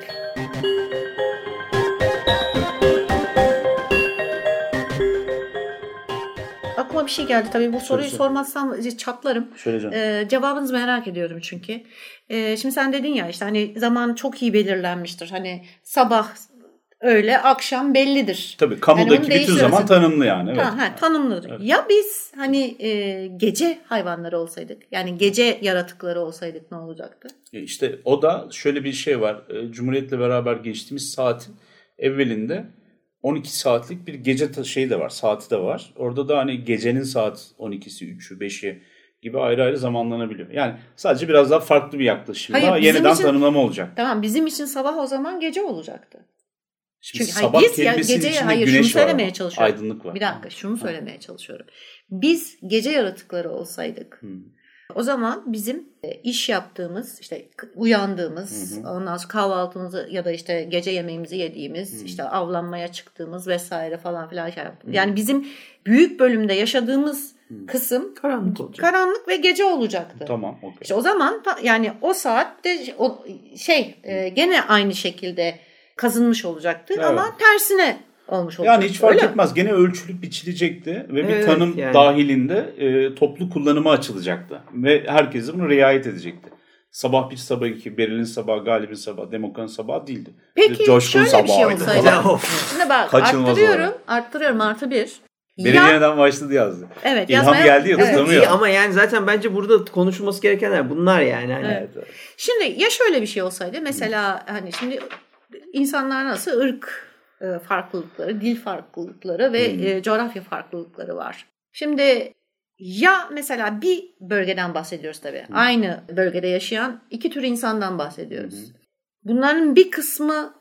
Aklıma bir şey geldi. Tabii bu soruyu Söyle. sormazsam çatlarım. Söyleyeceğim. Ee, cevabınızı merak ediyorum çünkü. Ee, şimdi sen dedin ya işte hani zaman çok iyi belirlenmiştir. Hani sabah, öğle, akşam bellidir. Tabii kamudaki yani bütün zaman tanımlı yani. Evet. Ha, ha, tanımlıdır. Evet. Ya biz hani e, gece hayvanları olsaydık, yani gece yaratıkları olsaydık ne olacaktı? E işte o da şöyle bir şey var. E, Cumhuriyet'le beraber geçtiğimiz saatin evvelinde on iki saatlik bir gece şeyi de var, saati de var. Orada da hani gecenin saat on ikisi, üçü, beşi gibi ayrı ayrı zamanlanabiliyor. Yani sadece biraz daha farklı bir yaklaşımla yeniden için, tanımlama olacak. Tamam, bizim için sabah o zaman gece olacaktı. Şimdi Çünkü sabah hayır, kelimesinin gece, içinde hayır, güneş şunu söylemeye var, çalışıyorum. aydınlık var. Bir dakika, şunu ha. söylemeye çalışıyorum. Biz gece yaratıkları olsaydık, hmm. o zaman bizim iş yaptığımız, işte uyandığımız, hı hı. ondan sonra kahvaltımızı ya da işte gece yemeğimizi yediğimiz, hı. işte avlanmaya çıktığımız vesaire falan filan şey yaptığımız. Yani bizim büyük bölümde yaşadığımız hı. kısım karanlık olacak. Karanlık ve gece olacaktı. Tamam, okey. İşte o zaman yani o saatte o şey e, gene aynı şekilde kazınmış olacaktı evet. ama tersine olmuş olacak. Yani hiç fark Öyle etmez. Mi? Gene ölçülüp biçilecekti ve evet, bir tanım yani. dahilinde e, toplu kullanıma açılacaktı. Ve herkes bunu riayet edecekti. Sabah bir, sabah iki, Beril'in sabahı, Galip'in sabahı, Demokra'nın sabahı değildi. Peki Coşkun şöyle bir şey olsaydı. Şimdi bak arttırıyorum, olarak. arttırıyorum artı bir. Beril yeniden başladı yazdı. Evet. İlham yazmaya, geldi ya evet. tutamıyor. Ama yani zaten bence burada konuşulması gerekenler bunlar yani. Hani. Evet. Evet. Şimdi ya şöyle bir şey olsaydı mesela hmm. hani şimdi insanlar nasıl ırk farklılıkları, dil farklılıkları ve hmm. e, coğrafya farklılıkları var. Şimdi ya mesela bir bölgeden bahsediyoruz tabii. Hmm. Aynı bölgede yaşayan iki tür insandan bahsediyoruz. Hmm. Bunların bir kısmı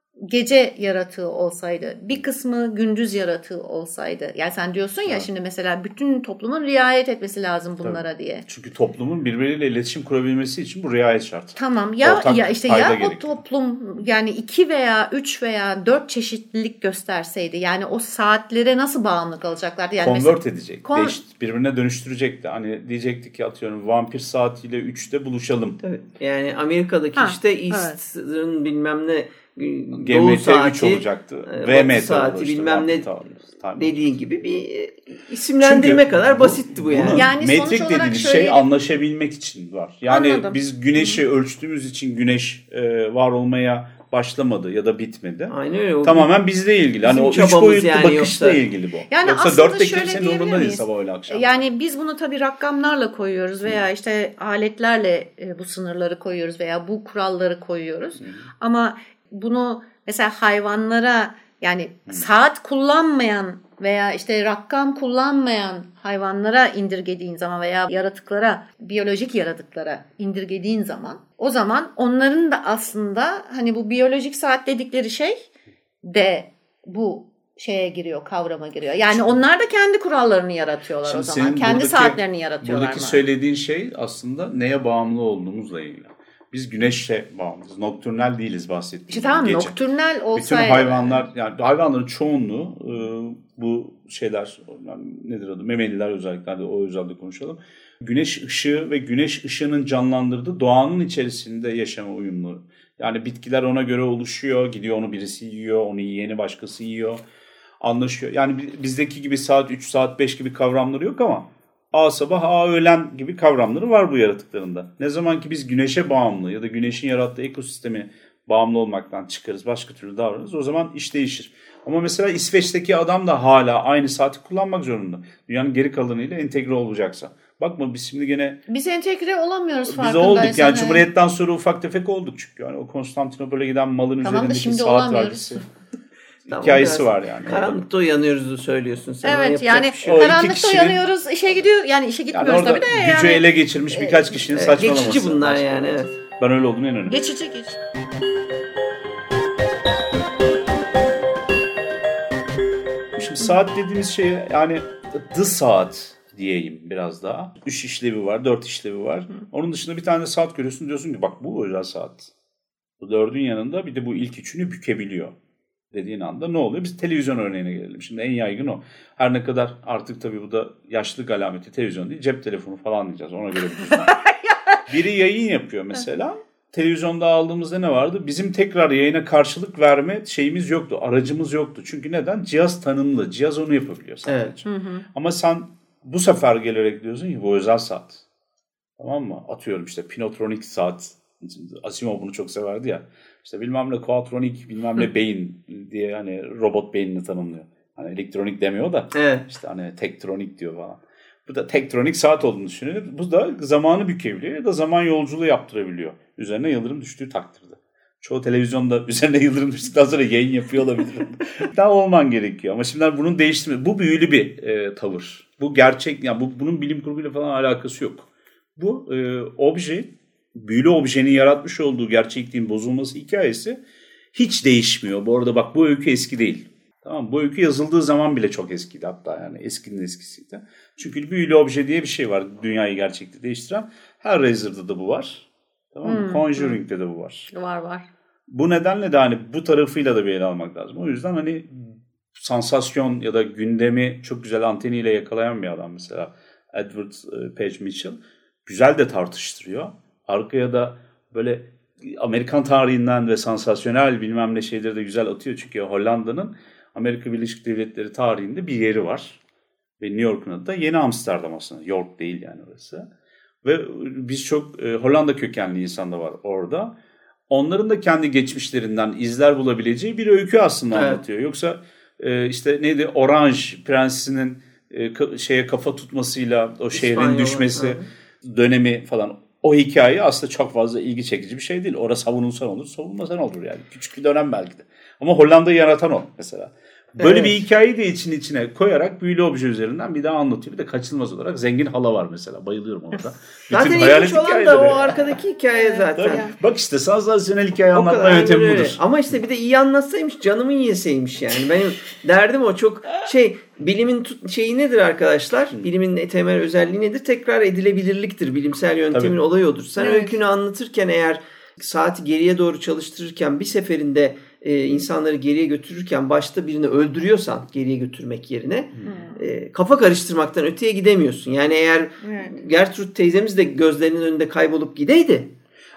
gece yaratığı olsaydı, bir kısmı gündüz yaratığı olsaydı. Yani sen diyorsun ya evet. şimdi mesela bütün toplumun riayet etmesi lazım bunlara Tabii. diye. Çünkü toplumun birbiriyle iletişim kurabilmesi için bu riayet şart. Tamam ya Ortak ya işte ya gerekli. O toplum yani iki veya üç veya dört çeşitlilik gösterseydi yani o saatlere nasıl bağımlı kalacaklardı? Yani Convert mesela, edecek. Kon- Değiş, birbirine dönüştürecekti. Hani diyecektik ki atıyorum vampir saatiyle üçte buluşalım. Tabii. Yani Amerika'daki ha, işte Eastern evet. bilmem ne doğu saati, olacaktı. V M saati işte, bilmem ne dediğin gibi bir isimlendirme Çünkü kadar basitti bu yani. Yani metrik dediğimiz şey anlaşabilmek için var. Yani Anladım. Biz güneşi Hı. ölçtüğümüz için güneş e, var olmaya başlamadı ya da bitmedi. Aynen öyle. Tamamen bizle ilgili. Hani o üç boyutlu yani bakışla yoksa, ilgili bu. Yani yoksa dörtte kimsenin umurunda değil sabah öyle akşam. Yani biz bunu tabii rakamlarla koyuyoruz veya Hı. işte aletlerle bu sınırları koyuyoruz veya bu kuralları koyuyoruz. Hı. Ama bunu mesela hayvanlara yani Hı. saat kullanmayan veya işte rakam kullanmayan hayvanlara indirgediğin zaman veya yaratıklara, biyolojik yaratıklara indirgediğin zaman o zaman onların da aslında hani bu biyolojik saat dedikleri şey de bu şeye giriyor, kavrama giriyor. Yani Şimdi, onlar da kendi kurallarını yaratıyorlar Şimdi o zaman. Kendi buradaki, saatlerini yaratıyorlar. Buradaki mı? Söylediğin şey aslında neye bağımlı olduğumuzla ilgili. Biz güneşe bağımlıyız. Nokturnal değiliz bahsettiğimiz işte tamam, gece. Nokturnal olsaydı. Bütün hayvanlar yani hayvanların çoğunluğu e, bu şeyler yani nedir adı memeliler özellikle de o özellikle konuşalım. Güneş ışığı ve güneş ışığının canlandırdığı doğanın içerisinde yaşama uyumlu. Yani bitkiler ona göre oluşuyor. Gidiyor onu birisi yiyor. Onu yiyeni başkası yiyor. Anlaşıyor. Yani bizdeki gibi saat üç saat beş gibi kavramları yok ama A sabah A öğlen gibi kavramları var bu yaratıklarında. Ne zaman ki biz güneşe bağımlı ya da güneşin yarattığı ekosistemi bağımlı olmaktan çıkarız, başka türlü davranırız, o zaman iş değişir. Ama mesela İsveç'teki adam da hala aynı saati kullanmak zorunda. Dünyanın geri kalanıyla entegre olacaksa. Bakma biz şimdi gene... Biz entegre olamıyoruz farkındaysan. Biz olduk yani Cumhuriyet'ten sonra ufak tefek olduk çünkü. Yani o Konstantinopol'e giden malın tamam üzerindeki saat vergisi. Tamam, hikayesi var yani. Karanlıkta uyanıyoruz söylüyorsun sen. Evet yani şey. karanlıkta kişinin, uyanıyoruz, işe gidiyor yani işe gitmiyoruz yani tabii de. Yani gücü ele geçirmiş birkaç kişinin e, saçmalaması. Geçici bunlar yani evet. Ben öyle olduğunu inanıyorum. Geçici geç. Şimdi saat dediğimiz şey yani the saat diyeyim biraz daha. Üç işlevi var, dört işlevi var. Hı. Onun dışında bir tane saat görüyorsun diyorsun ki bak bu özel saat. Bu dördün yanında bir de bu ilk üçünü bükebiliyor. Dediğin anda ne oluyor? Biz televizyon örneğine gelelim. Şimdi en yaygın o. Her ne kadar artık tabii bu da yaşlılık alameti televizyon değil, cep telefonu falan diyeceğiz. Ona göre bir Biri yayın yapıyor mesela. Televizyonda aldığımızda ne vardı? Bizim tekrar yayına karşılık verme şeyimiz yoktu. Aracımız yoktu. Çünkü neden? Cihaz tanımlı. Cihaz onu yapabiliyor sadece. Evet. Hı hı. Ama sen bu sefer gelerek diyorsun ki bu özel saat. Tamam mı? Atıyorum işte Pinotronic saat. Asimov bunu çok severdi ya. İşte bilmem ne kuatronik bilmem ne beyin diye hani robot beynini tanımlıyor. Hani elektronik demiyor da evet. işte hani tektronik diyor falan. Bu da tektronik saat olduğunu düşünelim. Bu da zamanı bükebiliyor ya da zaman yolculuğu yaptırabiliyor. Üzerine yıldırım düştüğü takdirde. Çoğu televizyonda üzerine yıldırım düştükten sonra yayın yapıyor olabilir. Daha olman gerekiyor. Ama şimdi bunun değiştirme. Bu büyülü bir e, tavır. Bu gerçek. Yani bu, bunun bilim kurguyla falan alakası yok. Bu e, obje büyülü objenin yaratmış olduğu gerçekliğin bozulması hikayesi hiç değişmiyor. Bu arada bak bu öykü eski değil. Tamam, bu öykü yazıldığı zaman bile çok eskiydi hatta yani eskinin eskisiydi. Çünkü büyülü obje diye bir şey var dünyayı gerçekte değiştiren. Hellraiser'da da bu var. Tamam mı? Hmm. Conjuring'de de bu var. Var var. Bu nedenle de hani bu tarafıyla da bir ele almak lazım. O yüzden hani sansasyon ya da gündemi çok güzel anteniyle yakalayan bir adam mesela Edward Page Mitchell. Güzel de tartıştırıyor. Arkaya da böyle Amerikan tarihinden ve sansasyonel bilmem ne şeyleri de güzel atıyor. Çünkü Hollanda'nın Amerika Birleşik Devletleri tarihinde bir yeri var. Ve New York'un adı da Yeni Amsterdam aslında. York değil yani orası. Ve biz çok e, Hollanda kökenli insan da var orada. Onların da kendi geçmişlerinden izler bulabileceği bir öykü aslında evet. anlatıyor. Yoksa e, işte neydi Orange Prensesi'nin e, ka- şeye kafa tutmasıyla o şehrin İspanyol, düşmesi evet. dönemi falan. O hikaye aslında çok fazla ilgi çekici bir şey değil. Orada savunulsan olur, savunmasan olur yani. Küçük bir dönem belki de. Ama Hollanda'yı yaratan o mesela. Böyle evet. bir hikayeyi de için içine koyarak büyülü obje üzerinden bir daha anlatıyor. Bir de kaçınılmaz olarak zengin hala var mesela. Bayılıyorum ona da. Zaten ilginç olan da o arkadaki hikaye zaten. Tabii. Bak işte sansasyonel hikaye anlatma yöntemi budur. Ama işte bir de iyi anlatsaymış canımın yeseymiş yani. Benim derdim o çok şey bilimin tut, şeyi nedir arkadaşlar? Bilimin temel özelliği nedir? Tekrar edilebilirliktir. Bilimsel yöntemin Tabii. olayı odur. Sen evet. öykünü anlatırken eğer saati geriye doğru çalıştırırken bir seferinde e, insanları geriye götürürken başta birini öldürüyorsan geriye götürmek yerine hmm. e, kafa karıştırmaktan öteye gidemiyorsun. Yani eğer hmm. Gertrude teyzemiz de gözlerinin önünde kaybolup gideydi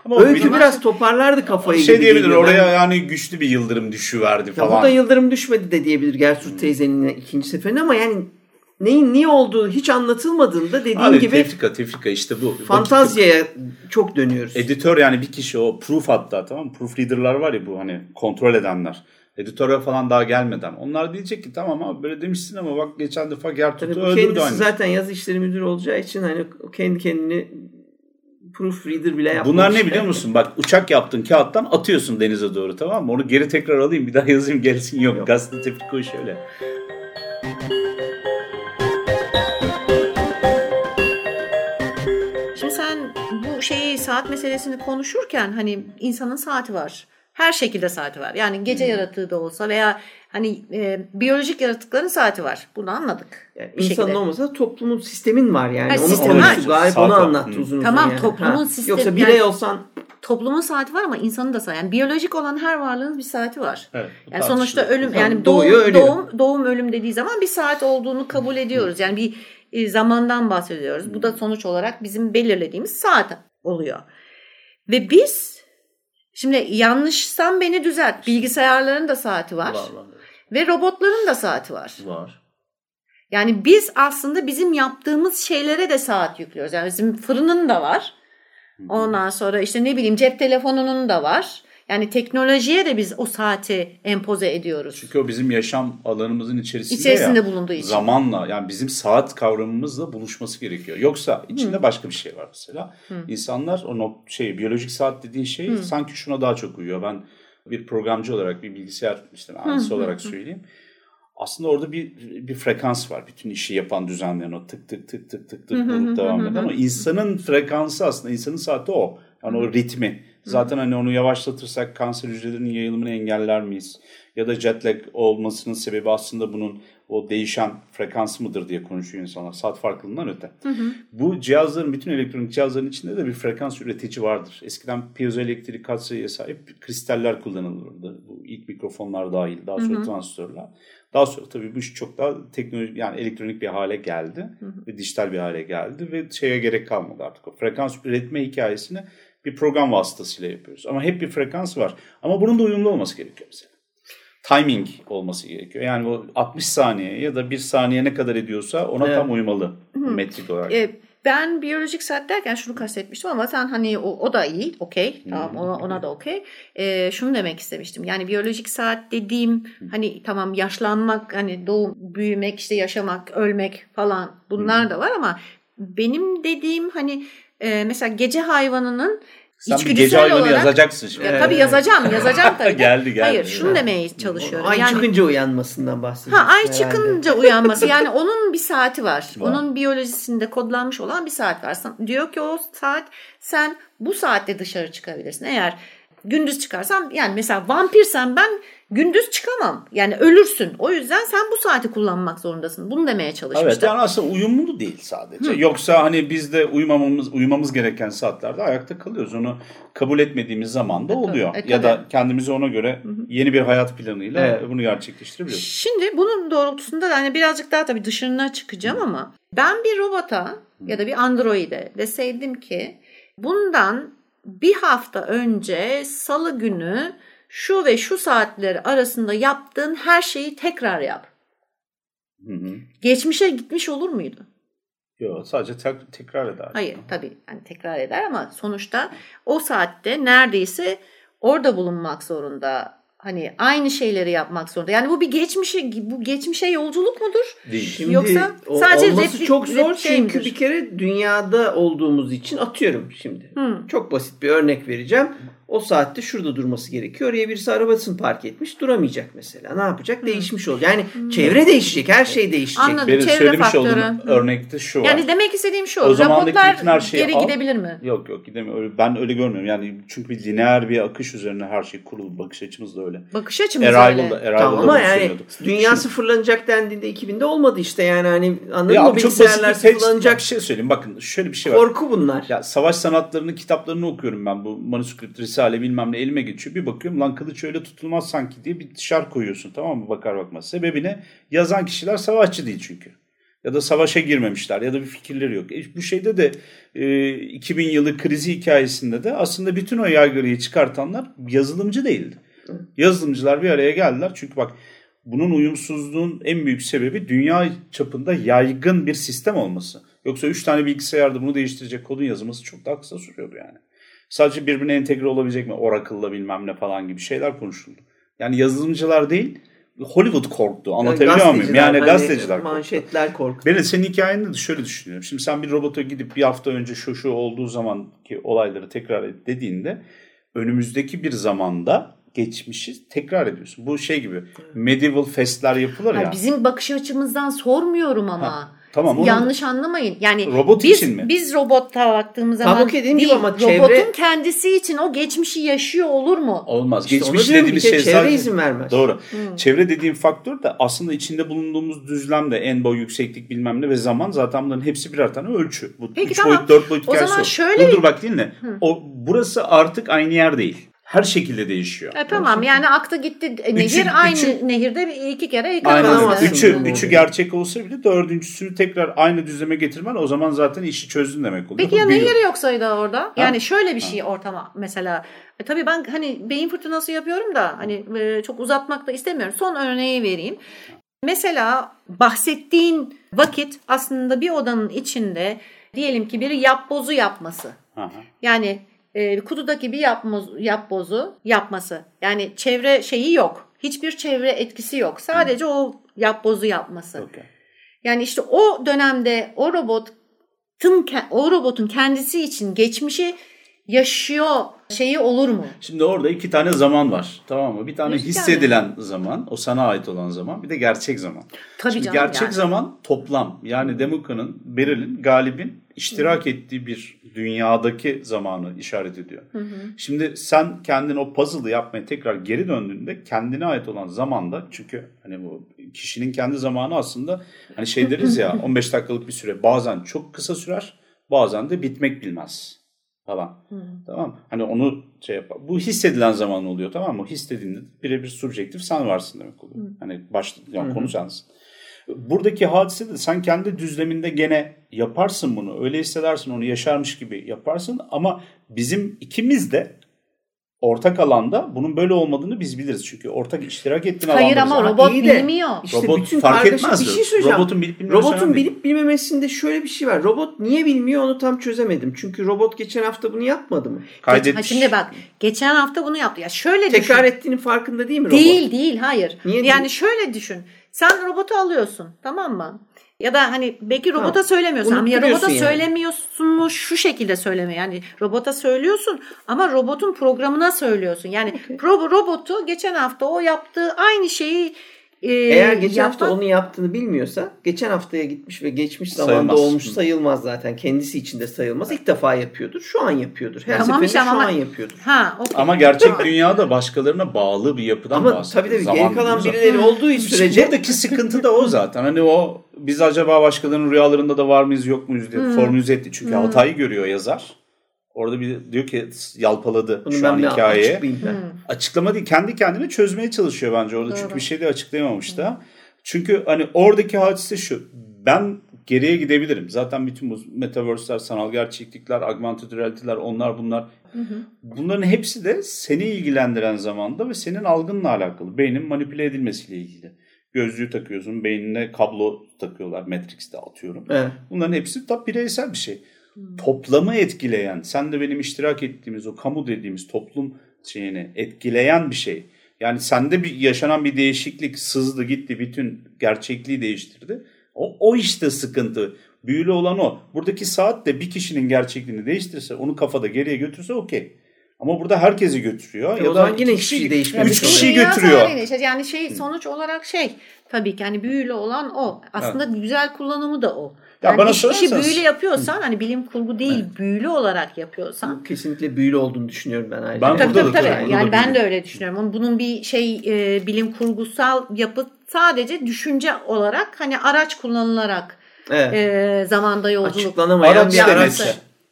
Ama Öykü biraz toparlardı kafayı. Şey diyebilir oraya yani güçlü bir yıldırım düşüverdi falan. Ya bu da yıldırım düşmedi de diyebilir Gertrude hmm. teyzenin ikinci seferinde ama yani neyin niye olduğu hiç anlatılmadığında dediğin Abi, gibi tefrika tefrika işte bu. Fantazyaya çok dönüyoruz. Editör yani bir kişi o proof hatta tamam mı? Proofreader'lar var ya bu hani kontrol edenler. Editöre falan daha gelmeden. Onlar diyecek ki tamam abi böyle demişsin ama bak geçen defa Gertrude'u öldürdü. Kendisi aynı. zaten yazı işleri müdürü olacağı için hani kendi kendini proofreader bile yapmış. Bunlar ne biliyor musun? Bak uçak yaptın kağıttan atıyorsun denize doğru tamam mı? Onu geri tekrar alayım bir daha yazayım gelsin yok. yok. Gazete tefrika şöyle. Şimdi sen bu şeyi saat meselesini konuşurken hani insanın saati var. Her şekilde saati var. Yani gece hmm. yaratığı da olsa veya hani e, biyolojik yaratıkların saati var. Bunu anladık. Yani insanın olmasa da toplumun sistemin var yani. Ha, onu sistem var. Gayet onu anlattı hmm. uzun uzun. Tamam yani. toplumun ha. sistemi. Yoksa birey yani, olsan. Toplumun saati var ama insanın da saati. Yani biyolojik olan her varlığın bir saati var. Evet, yani sonuçta ölüm yani doğum, doğum, doğum, doğum ölüm dediği zaman bir saat olduğunu kabul ediyoruz. Yani bir e, zamandan bahsediyoruz. Hmm. Bu da sonuç olarak bizim belirlediğimiz saat oluyor. Ve biz şimdi yanlışsam beni düzelt. Bilgisayarların da saati var. Var, var. Ve robotların da saati var. Var. Yani biz aslında bizim yaptığımız şeylere de saat yüklüyoruz. Yani bizim fırının da var. Ondan sonra işte ne bileyim cep telefonunun da var. Yani teknolojiye de biz o saati empoze ediyoruz. Çünkü o bizim yaşam alanımızın içerisinde, içerisinde ya, bulunduğu için. Zamanla yani bizim saat kavramımızla buluşması gerekiyor. Yoksa içinde Hı. başka bir şey var mesela. Hı. İnsanlar o şey biyolojik saat dediğin şey Hı. sanki şuna daha çok uyuyor. Ben bir programcı olarak bir bilgisayar işte mühendisi olarak söyleyeyim. Aslında orada bir bir frekans var. Bütün işi yapan düzenleyen o tık tık tık tık tık tık vurup devam eden ama insanın frekansı aslında insanın saati o. Yani o ritmi. Zaten hani onu yavaşlatırsak kanser hücrelerinin yayılımını engeller miyiz? Ya da jet lag olmasının sebebi aslında bunun o değişen frekansı mıdır diye konuşuyor insanlar. Saat farklılığından öte. Hı hı. Bu cihazların, bütün elektronik cihazların içinde de bir frekans üretici vardır. Eskiden piezoelektrik katsayıya sahip kristaller kullanılırdı. Bu ilk mikrofonlar dahil. Daha sonra hı hı. transistörler. Daha sonra tabii bu iş çok daha teknolojik yani elektronik bir hale geldi. Hı hı. Ve dijital bir hale geldi. Ve şeye gerek kalmadı artık. O frekans üretme hikayesini bir program vasıtasıyla yapıyoruz. Ama hep bir frekans var. Ama bunun da uyumlu olması gerekiyor mesela. Timing olması gerekiyor. Yani o altmış saniye ya da bir saniye ne kadar ediyorsa ona evet. tam uymalı metrik olarak. E, ben biyolojik saat derken şunu kastetmiştim ama sen hani o, o da iyi, okey. Tamam ona, ona da okey. E, şunu demek istemiştim. Yani biyolojik saat dediğim hani tamam yaşlanmak, hani doğum, büyümek, işte yaşamak, ölmek falan bunlar da var ama benim dediğim hani e, mesela gece hayvanının sen bir gece hayvanı olarak, yazacaksın şimdi. Ya, tabii yazacağım, yazacağım tabii. geldi geldi. Hayır, şunu ha. demeye çalışıyorum. Ay yani, çıkınca uyanmasından bahsediyorum. Ha, ay herhalde. Çıkınca uyanması. Yani onun bir saati var. var. Onun biyolojisinde kodlanmış olan bir saat var. Diyor ki o saat sen bu saatte dışarı çıkabilirsin. Eğer gündüz çıkarsan yani mesela vampirsen ben gündüz çıkamam. Yani ölürsün. O yüzden sen bu saati kullanmak zorundasın. Bunu demeye çalışmıştım. Evet yani aslında uyumlu değil sadece. Hı. Yoksa hani biz de uyumamamız, uyumamız gereken saatlerde ayakta kalıyoruz. Onu kabul etmediğimiz zaman da oluyor. E, ya da kendimizi ona göre hı hı. yeni bir hayat planıyla evet. bunu gerçekleştirebiliyoruz. Şimdi bunun doğrultusunda hani birazcık daha tabii dışına çıkacağım hı. ama ben bir robota hı. ya da bir androide deseydim ki bundan bir hafta önce salı günü şu ve şu saatleri arasında yaptığın her şeyi tekrar yap. Hı hı. Geçmişe gitmiş olur muydu? Yok, sadece tek, tekrar eder. Hayır tabii yani tekrar eder ama sonuçta o saatte neredeyse orada bulunmak zorunda. Hani aynı şeyleri yapmak zorunda. Yani bu bir geçmişe bu geçmişe yolculuk mudur? Değil. Şimdi yoksa sadece olması repli, çok zor çünkü midir? Bir kere dünyada olduğumuz için atıyorum şimdi. Hmm. Çok basit bir örnek vereceğim. O saatte şurada durması gerekiyor. Oraya birisi arabasını park etmiş duramayacak mesela. Ne yapacak? Hmm. Değişmiş olacak. Yani hmm. çevre değişecek. Her şey değişecek. Anladım. Benim çevre söylemiş faktörü. olduğum örnekte şu var. Yani demek istediğim şu. O robotlar geri al. gidebilir mi? Yok yok gidemiyor. Ben öyle görmüyorum. Yani çünkü bir lineer bir akış üzerine her şey kurulu. Bakış açımız da öyle. Bakış açımız öyle. Arrival'da tamam ama yani dünya Şimdi, sıfırlanacak dendiğinde iki binde olmadı işte. Yani hani anladın mı? Bilgisayarlar sıfırlanacak. Bir şey söyleyeyim. Bakın şöyle bir şey var. Korku bunlar. Ya savaş sanatlarının kitaplarını okuyorum ben. Bu manuskript, risale bilmem ne elime geçiyor. Bir bakıyorum lan kılıç öyle tutulmaz sanki diye bir şart koyuyorsun tamam mı bakar bakmaz. Sebebi ne? Yazan kişiler savaşçı değil çünkü. Ya da savaşa girmemişler ya da bir fikirleri yok. E, bu şeyde de e, iki bin yılı krizi hikayesinde de aslında bütün o yaygırıyı çıkartanlar yazılımcı değildi. Yazılımcılar bir araya geldiler. Çünkü bak bunun uyumsuzluğun en büyük sebebi dünya çapında yaygın bir sistem olması. Yoksa üç tane bilgisayarda bunu değiştirecek kodun yazılması çok daha kısa sürüyordu yani. Sadece birbirine entegre olabilecek mi? Oracle'la bilmem ne falan gibi şeyler konuşuldu. Yani yazılımcılar değil, Hollywood korktu. Anlatabiliyor yani muyum? Yani hani gazeteciler korktu. Manşetler korktu. Ben senin hikayende de şöyle düşünüyorum. Şimdi sen bir robota gidip bir hafta önce şu şu olduğu zamanki olayları tekrar et dediğinde önümüzdeki bir zamanda geçmişi tekrar ediyorsun. Bu şey gibi medieval festler yapılır ya. ya. Bizim bakış açımızdan sormuyorum ama. Ha. Tamam, onu... Yanlış anlamayın. Yani robot biz, için mi? Biz robota baktığımız zaman Tabii dediğim değil, gibi ama çevre... robotun kendisi için o geçmişi yaşıyor olur mu? Olmaz. İşte Geçmiş dediğimiz şey çevre zaten... izin vermez. Doğru. Hmm. Çevre dediğim faktör de aslında içinde bulunduğumuz düzlemde en boy, yükseklik bilmem ne ve zaman zaten bunların hepsi birer tane ölçü. Bu Peki, üç tamam. boyut, dört boyut hikayesi. O zaman şöyle... Dur dur bak dinle. Hı. O, burası artık aynı yer değil. Her şekilde değişiyor. E, tamam yani aktı gitti nehir üçü, aynı üçü, nehirde iki kere yıkanamaz. Üçü, üçü gerçek olsa bile dördüncüsünü tekrar aynı düzleme getirmen o zaman zaten işi çözdün demek oluyor. Peki ya nehir yoksaydı orada? Ha? Yani şöyle bir şey ha. ortama mesela. E, tabii ben hani beyin fırtınası yapıyorum da hani e, çok uzatmak da istemiyorum. Son örneği vereyim. Mesela bahsettiğin vakit aslında bir odanın içinde diyelim ki biri yapbozu yapması. Aha. Yani E, kududaki bir yapboz, yapbozu yapması. Yani çevre şeyi yok. Hiçbir çevre etkisi yok. Sadece hmm. o yapbozu yapması. Okay. Yani işte o dönemde o robotun o robotun kendisi için geçmişi yaşıyor şeyi olur mu? Şimdi orada iki tane zaman var. Tamam mı? Bir tane Müzik hissedilen yani. zaman, o sana ait olan zaman, bir de gerçek zaman. Tabii Şimdi canım, gerçek yani. zaman toplam. Yani Demoka'nın, Beryl'in, Galip'in iştirak hı. ettiği bir dünyadaki zamanı işaret ediyor. Hı hı. Şimdi sen kendin o puzzle'ı yapmaya tekrar geri döndüğünde kendine ait olan zamanda, çünkü hani bu kişinin kendi zamanı aslında hani şey deriz ya on beş dakikalık bir süre bazen çok kısa sürer, bazen de bitmek bilmez falan. Hmm. Tamam. Hani onu şey yapar. Bu hissedilen zaman oluyor, tamam mı? Hissettiğinde birebir subjektif sen varsın demek oluyor. Hmm. Hani başta yani hmm. konu sensin. Buradaki hadise de sen kendi düzleminde gene yaparsın bunu. Öyle hissedersin, onu yaşarmış gibi yaparsın ama bizim ikimiz de ortak alanda bunun böyle olmadığını biz biliriz. Çünkü ortak iştirak ettiğin alanda. Hayır ama robot bilmiyor. İşte robot bütün fark etmez. Bir şey söyleyeceğim. Robotun bilip bilmemesi Robotun bilip bilmemesinde şöyle bir şey var. Robot niye bilmiyor onu tam çözemedim. Çünkü robot geçen hafta bunu yapmadı mı? Kaydetmiş. Ha şimdi bak geçen hafta bunu yaptı. Ya şöyle tekrar düşün. ettiğinin farkında değil mi robot? Değil değil hayır. Niye yani değil? Şöyle düşün. Sen robotu alıyorsun, tamam mı? Ya da hani belki robota ha, söylemiyorsun. Ya robota yani. söylemiyorsun mu şu şekilde söyleme. Yani robota söylüyorsun ama robotun programına söylüyorsun. Yani okay. pro, robotu geçen hafta o yaptığı aynı şeyi e, eğer geçen yapmak... hafta onu yaptığını bilmiyorsa geçen haftaya gitmiş ve geçmiş zamanda sayılmaz. olmuş sayılmaz zaten. Kendisi için de sayılmaz. İlk defa yapıyordur. Şu an yapıyordur. Her tamam, seferinde işte şu ama... an yapıyordur. Ha, okay. Ama gerçek dünyada başkalarına bağlı bir yapıdan ama bahsediyoruz. Tabii tabii geri kalan birileri olduğu sürece. Buradaki sıkıntı da o zaten. Hani o biz acaba başkalarının rüyalarında da var mıyız yok muyuz diye hmm. formülize etti. Çünkü hmm. hatayı görüyor yazar. Orada bir diyor ki yalpaladı bunu şu an hikayeyi. Hmm. Açıklama değil, kendi kendine çözmeye çalışıyor bence orada. Doğru. Çünkü bir şey de açıklayamamış hmm. da. Çünkü hani oradaki hadise şu. Ben geriye gidebilirim. Zaten bütün bu metaverse'ler, sanal gerçeklikler, augmented reality'ler, onlar bunlar. Hı hı. Bunların hepsi de seni ilgilendiren zamanda ve senin algınla alakalı. Beynin manipüle edilmesiyle ilgili. Gözlüğü takıyorsun, beynine kablo takıyorlar. Matrix'te atıyorum. Evet. Bunların hepsi tabii bireysel bir şey. Hmm. Toplamı etkileyen, sen de benim iştirak ettiğimiz o kamu dediğimiz toplum şeyini etkileyen bir şey. Yani sende bir yaşanan bir değişiklik sızdı gitti, bütün gerçekliği değiştirdi. O, o işte sıkıntı. Büyülü olan o. Buradaki saat de bir kişinin gerçekliğini değiştirirse, onu kafada geriye götürse okey. Ama burada herkesi götürüyor. Ya, ya da yine kişi, kişi değişmiyor. Üç kişiyi götürüyor. Yani şey sonuç olarak şey tabii ki hani büyülü olan o. Aslında evet. güzel kullanımı da o. Ya yani bana iş, işi büyülü yapıyorsan Hı. hani bilim kurgu değil evet. büyülü olarak yapıyorsan. Kesinlikle büyülü olduğunu düşünüyorum ben ayrıca. Ben tabii tabii. tabii. Yani, yani ben de öyle düşünüyorum. Bunun bir şey e, bilim kurgusal yapı sadece düşünce olarak hani araç kullanılarak evet. e, zamanda yolculuk. Açıklanamayan araç bir araç.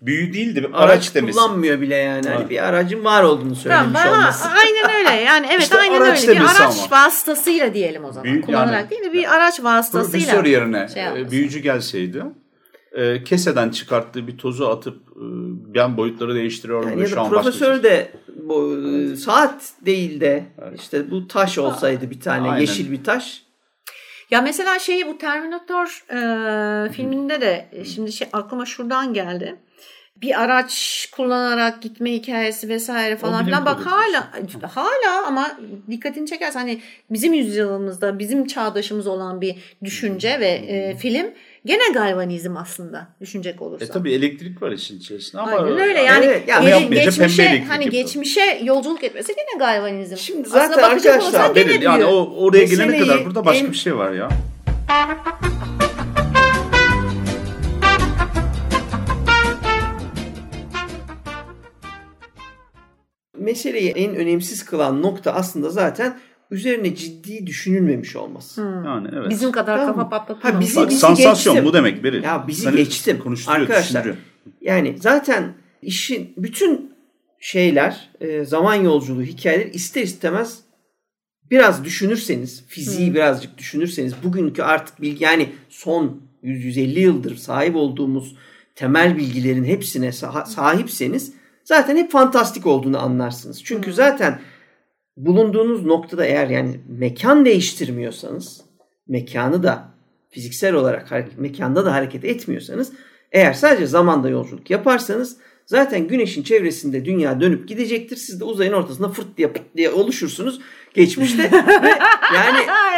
büyü değil de bir araç, araç demesi. kullanmıyor bile yani. Hani bir aracın var olduğunu söylemiş tamam, olması. Aynen öyle. Yani evet İşte aynen araç öyle. Bir araç ama. vasıtasıyla diyelim o zaman. Büyü, kullanarak yani, değil de bir araç vasıtasıyla. Profesör yerine şey büyücü gelseydi e, keseden çıkarttığı bir tozu atıp e, ben boyutları değiştiriyorum. Yani ya da profesör de bu, evet. saat değil de evet. işte bu taş olsaydı bir tane aynen. yeşil bir taş. Ya mesela şeyi bu Terminator e, filminde de e, şimdi şey aklıma şuradan geldi. Bir araç kullanarak gitme hikayesi vesaire falan filan. Bak hala hala ama dikkatini çekersen hani bizim yüzyılımızda bizim çağdaşımız olan bir düşünce ve e, film gene galvanizm aslında düşünecek olursa. E tabii elektrik var işin içerisinde ama aynen öyle yani, evet, yani ge- geçmişe hani geçmişe yolculuk etmesi gene galvanizm. Şimdi zaten arkadaşlar benim, yani o oraya gelene Meseleyi kadar burada başka en... bir şey var ya. Meseleyi en önemsiz kılan nokta aslında zaten üzerine ciddi düşünülmemiş olması. Hmm. Yani evet. Bizim kadar tamam. kafa patlatılmamış. Ha, bizi, Bak, bizi sansasyon geçtim. Bu demek Beril. Ya bizi Seni geçtim arkadaşlar. Düşündürüyor. Yani zaten işin bütün şeyler zaman yolculuğu hikayeleri ister istemez biraz düşünürseniz fiziği hmm. birazcık düşünürseniz bugünkü artık bilgi yani son yüz yüz elli yıldır sahip olduğumuz temel bilgilerin hepsine sah- sahipseniz zaten hep fantastik olduğunu anlarsınız. Çünkü hmm. zaten bulunduğunuz noktada eğer yani mekan değiştirmiyorsanız, mekanı da fiziksel olarak hareket, mekanda da hareket etmiyorsanız, eğer sadece zamanda yolculuk yaparsanız zaten güneşin çevresinde dünya dönüp gidecektir. Siz de uzayın ortasında fırt diye pırt diye oluşursunuz geçmişte. Ve yani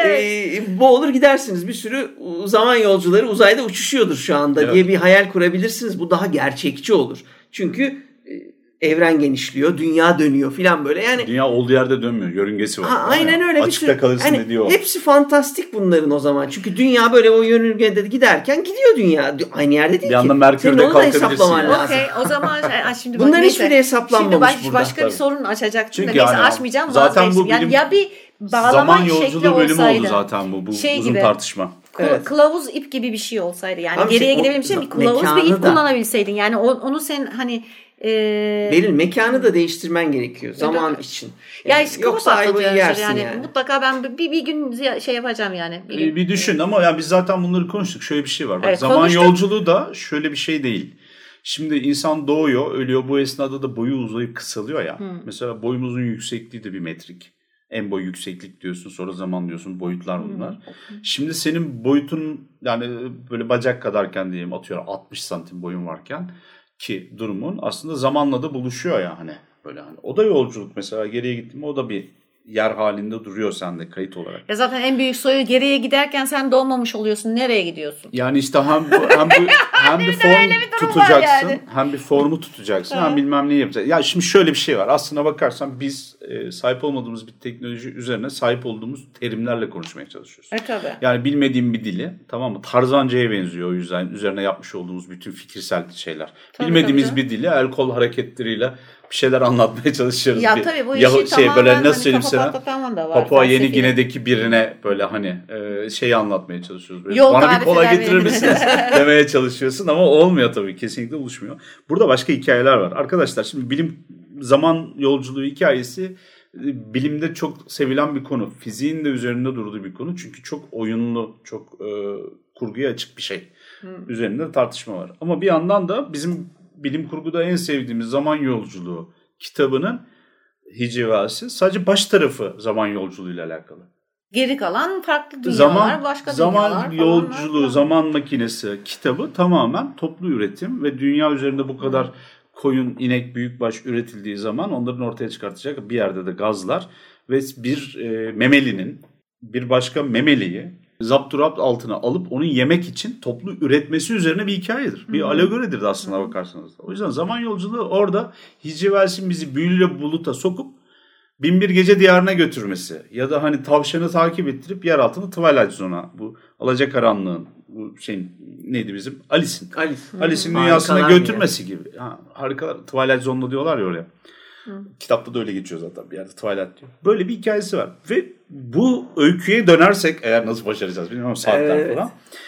e, boğulur gidersiniz. Bir sürü zaman yolcuları uzayda uçuşuyordur şu anda evet. diye bir hayal kurabilirsiniz. Bu daha gerçekçi olur. Çünkü evren genişliyor, dünya dönüyor filan böyle. Yani dünya olduğu yerde dönmüyor. Yörüngesi var. Ha, aynen öyle. Açıkta sürü, kalırsın hani dediği o. Hepsi fantastik bunların o zaman. Çünkü dünya böyle o yörüngede giderken gidiyor dünya. Aynı yerde değil bir ki. Bir anda Merkür'de kalkabilirsin. Okey o zaman şimdi bunların hiçbiri hesaplanmamış şimdi baş, burada. Başka tabii. bir sorun açacaktım Çünkü da neyse yani, açmayacağım zaten bu yani ya bir bağlama zaman yolculuğu bölümü oldu zaten bu. Bu şey uzun gibi. tartışma. Evet. Kılavuz ip gibi bir şey olsaydı. Yani Abi geriye şey, gidebilmişsin bir kılavuz bir ip da. kullanabilseydin. Yani onu sen hani Ee, Beril mekanı da değiştirmen gerekiyor zaman evet. için. Yani, ya yoksa ayıbı yersin yani. yani. Mutlaka ben bir, bir gün şey yapacağım yani. Bir, bir, bir düşün ama yani biz zaten bunları konuştuk. Şöyle bir şey var. Bak, evet, zaman konuştuk. Yolculuğu da şöyle bir şey değil. Şimdi insan doğuyor, ölüyor. Bu esnada da boyu uzayıp kısalıyor ya. Hmm. Mesela boyumuzun yüksekliği de bir metrik. En boy yükseklik diyorsun, sonra zaman diyorsun, boyutlar bunlar. Hmm. Şimdi senin boyutun yani böyle bacak kadarken diyelim atıyorum altmış santim boyun varken ki durumun aslında zamanla da buluşuyor ya hani böyle hani o da yolculuk mesela geriye gittim o da bir yer halinde duruyor sende kayıt olarak. Ya zaten en büyük soyu geriye giderken sen doğmamış oluyorsun. Nereye gidiyorsun? Yani işte hem bu, hem bu, hem bir form tutacaksın, yani. hem bir formu tutacaksın, hem bilmem neyi yapacaksın. Ya şimdi şöyle bir şey var. Aslına bakarsan biz e, sahip olmadığımız bir teknoloji üzerine sahip olduğumuz terimlerle konuşmaya çalışıyoruz. E tabii. Yani bilmediğim bir dili, tamam mı? Tarzanca'ya benziyor o yüzden üzerine yapmış olduğumuz bütün fikirsel şeyler. Tabii, bilmediğimiz tabii. bir dili el kol hareketleriyle bir şeyler anlatmaya çalışıyoruz. Ya bir, tabii bu ya, işi şey, tamamen böyle nasıl hani söyleyeyim sana? Papua Yeni Gine'deki birine böyle hani e, şeyi anlatmaya çalışıyoruz. Böyle, bana bir kola getirir misiniz demeye çalışıyorsun ama olmuyor tabii. Kesinlikle buluşmuyor. Burada başka hikayeler var. Arkadaşlar şimdi bilim zaman yolculuğu hikayesi bilimde çok sevilen bir konu. Fiziğin de üzerinde durduğu bir konu. Çünkü çok oyunlu, çok e, kurguya açık bir şey. Hmm. Üzerinde tartışma var. Ama bir yandan da bizim bilim kurguda en sevdiğimiz Zaman Yolculuğu kitabının hicivası sadece baş tarafı zaman yolculuğuyla alakalı. Geri kalan farklı dünyalar, zaman, başka zaman dünyalar. Zaman Yolculuğu, var. Zaman Makinesi kitabı tamamen toplu üretim ve dünya üzerinde bu kadar koyun, inek, büyükbaş üretildiği zaman onların ortaya çıkartacak bir yerde de gazlar ve bir e, memelinin bir başka memeliyi zapturapt altına alıp onu yemek için toplu üretmesi üzerine bir hikayedir. Bir hmm. alegoridir de aslına hmm. bakarsanız. O yüzden zaman yolculuğu orada Hicivels'in bizi büyülü buluta sokup Binbir Gece Diyarına götürmesi ya da hani tavşanı takip ettirip yer altında Twilight Zone'a bu alacakaranlığın bu şeyin neydi bizim Alice'in Alice. Alice'in dünyasına Harikalar götürmesi yani. gibi. Ha, harikalar Twilight Zone'da diyorlar ya oraya. Hı. Kitapta da öyle geçiyor zaten bir yerde Twilight diyor. Böyle bir hikayesi var. Ve bu öyküye dönersek eğer nasıl başaracağız bilmiyorum saatten evet. falan.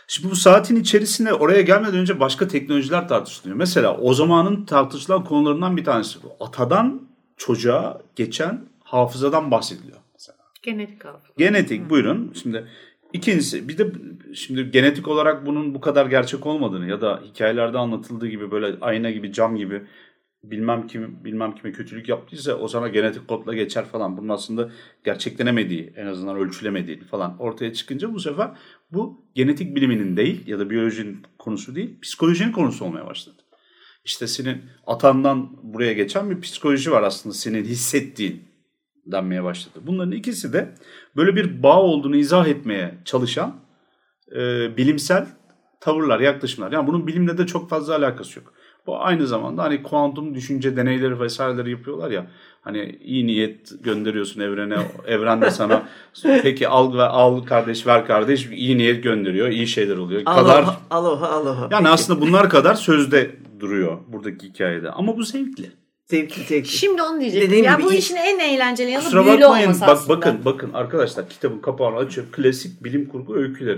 Şimdi bu saatin içerisine oraya gelmeden önce başka teknolojiler tartışılıyor. Mesela o zamanın tartışılan konularından bir tanesi bu. Atadan çocuğa geçen hafızadan bahsediliyor mesela. Genetik hafıza. Genetik, buyurun. Şimdi ikincisi, bir de şimdi genetik olarak bunun bu kadar gerçek olmadığını ya da hikayelerde anlatıldığı gibi böyle ayna gibi, cam gibi bilmem kim bilmem kime kötülük yaptıysa o sana genetik kodla geçer falan. Bunun aslında gerçeklenemediği, en azından ölçülemediği falan ortaya çıkınca bu sefer bu genetik biliminin değil ya da biyolojinin konusu değil, psikolojinin konusu olmaya başladı. İşte senin atandan buraya geçen bir psikoloji var aslında, senin hissettiğin denmeye başladı. Bunların ikisi de böyle bir bağ olduğunu izah etmeye çalışan e, bilimsel tavırlar, yaklaşımlar. Yani bunun bilimle de çok fazla alakası yok. Bu aynı zamanda hani kuantum düşünce deneyleri vesaireleri yapıyorlar ya. Hani iyi niyet gönderiyorsun evrene, evren de sana peki al ve al kardeş, ver kardeş, iyi niyet gönderiyor, iyi şeyler oluyor. Aloha, kadar aloha, aloha. Yani Peki. aslında bunlar kadar sözde duruyor buradaki hikayede. Ama bu zevkli. Zevkli, zevkli. Şimdi onu diyecektim. Dediğim Ya gibi bu ilk- işin en eğlenceli yanı Kusura büyülü bakmayın. olması Bak, aslında. bakın bakın arkadaşlar, kitabın kapağını açıyor. Klasik bilim kurgu öyküleri.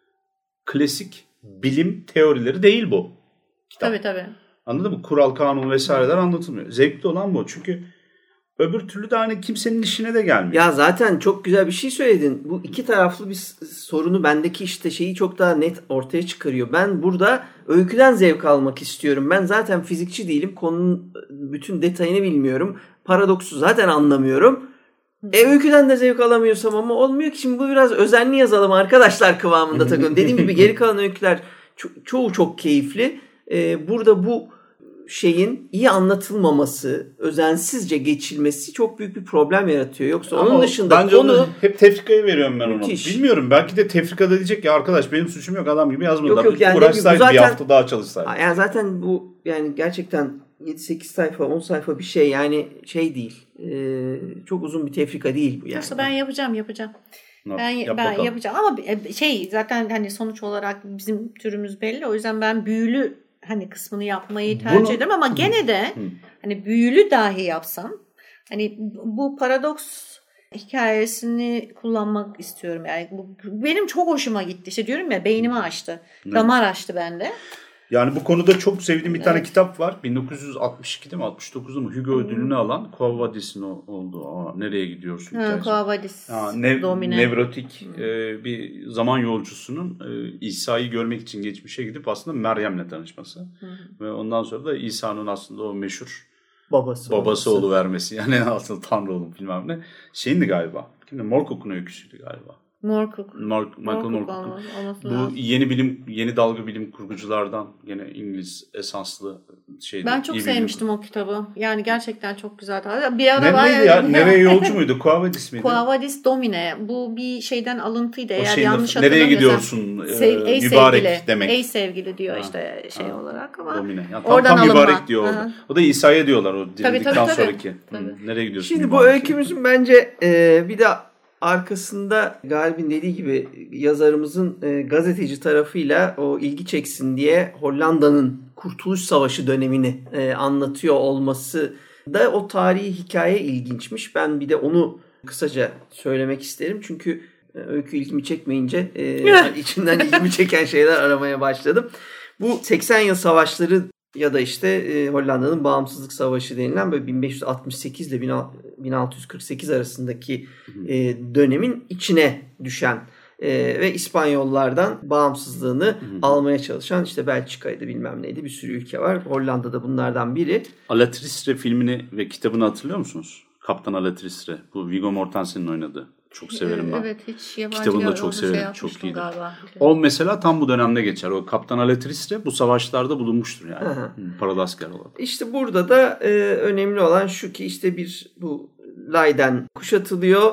Klasik bilim teorileri değil bu kitap. Tabii tabii. Anladın mı? Kural, kanun vesaireler anlatılmıyor. Zevkli olan bu. Çünkü öbür türlü de hani kimsenin işine de gelmiyor. Ya zaten çok güzel bir şey söyledin. Bu iki taraflı bir s- sorunu bendeki işte şeyi çok daha net ortaya çıkarıyor. Ben burada öyküden zevk almak istiyorum. Ben zaten fizikçi değilim. Konunun bütün detayını bilmiyorum. Paradoksu zaten anlamıyorum. E öyküden de zevk alamıyorsam ama olmuyor ki. Şimdi bu biraz özenli yazalım arkadaşlar kıvamında takıyorum. Dediğim gibi geri kalan öyküler ço- çoğu çok keyifli. Ee, burada bu şeyin iyi anlatılmaması, özensizce geçilmesi çok büyük bir problem yaratıyor. Yoksa Ama onun dışında bence konu onu hep tefrikaya veriyorum ben onu. Müthiş. Bilmiyorum, belki de tefrikada diyecek ya arkadaş benim suçum yok, adam gibi yazmadılar. Yok, yok, yani Uğraşsaydı bu zaten- bir hafta daha çalışsaydı. yani zaten bu yani gerçekten yedi sekiz sayfa on sayfa bir şey, yani şey değil. Ee, çok uzun bir tefrika değil bu yani. Yoksa ben yapacağım yapacağım. No, Ben, yap ben bakalım. yapacağım ama şey zaten hani sonuç olarak bizim türümüz belli. O yüzden ben büyülü hani kısmını yapmayı tercih Bunu- ederim ama gene de hani büyülü dahi yapsam hani bu paradoks hikayesini kullanmak istiyorum. Yani bu benim çok hoşuma gitti. İşte diyorum ya, beynimi açtı. Damar açtı bende. Yani bu konuda çok sevdiğim bir tane kitap var. bin dokuz yüz altmış ikide mi altmış dokuzda mı Hugo ödülünü alan Quo Vadis'in olduğu. Aa, nereye gidiyorsun? Ha, hikayesi. Quo Vadis, Ha, nev- Domine. nevrotik e, bir zaman yolcusunun e, İsa'yı görmek için geçmişe gidip aslında Meryem'le tanışması. Hı. Ve ondan sonra da İsa'nın aslında o meşhur babası, babası oluvermesi. Yani aslında Tanrı oğlum bilmem ne. Şeyindi galiba. Kimdi? Moorcock'un öyküsüydü galiba. Moorcock. Mark, Michael Moorcock Moorcock'un. olması- olması Bu lazım. yeni bilim, yeni dalga bilim kurguculardan, gene İngiliz esanslı şeydi. Ben çok iyi bilim- sevmiştim o kitabı. Yani gerçekten çok güzeldi. Bir ara Nereydi ya? Nereye yolcu muydu? Quo Vadis miydi? Quo Vadis Domine. Bu bir şeyden alıntıydı. O Eğer şeyin yanlış lafı, nereye hatırlamıyorsam. gidiyorsun? Sev, Ee, ey mübarek sevgili. demek. Ey sevgili diyor Ha, işte şey ha. olarak ama. Domine. Yani tam, Oradan tam alınma. mübarek diyor orada. Aha. O da İsa'ya diyorlar o dirildikten tabii, tabii. sonraki. Tabii. Hı, nereye gidiyorsun? Şimdi bu mübarek? öykümüzün bence e, bir de arkasında Galip'in dediği gibi yazarımızın e, gazeteci tarafıyla o ilgi çeksin diye Hollanda'nın Kurtuluş Savaşı dönemini e, anlatıyor olması da o tarihi hikaye ilginçmiş. Ben bir de onu kısaca söylemek isterim. Çünkü e, öykü ilgimi çekmeyince e, içinden ilgimi çeken şeyler aramaya başladım. Bu seksen yıl savaşları ya da işte e, Hollanda'nın Bağımsızlık Savaşı denilen böyle bin beş yüz altmış sekiz ile bin altı yüz kırk sekiz arasındaki e, dönemin içine düşen e, ve İspanyollardan bağımsızlığını hı hı. almaya çalışan, işte Belçika'ydı bilmem neydi, bir sürü ülke var. Hollanda bunlardan biri. Alatristre filmini ve kitabını hatırlıyor musunuz? Kaptan Alatristre. Bu Viggo Mortensen'in oynadığı. Çok severim ben. Evet, hiç yabancı kitabını da çok şey severim. Çok iyidir. Galiba. O mesela tam bu dönemde geçer. O Kaptan Alatristre bu savaşlarda bulunmuştur yani. Hı, Paralasker olarak. İşte burada da e, önemli olan şu ki işte bir bu Leyden kuşatılıyor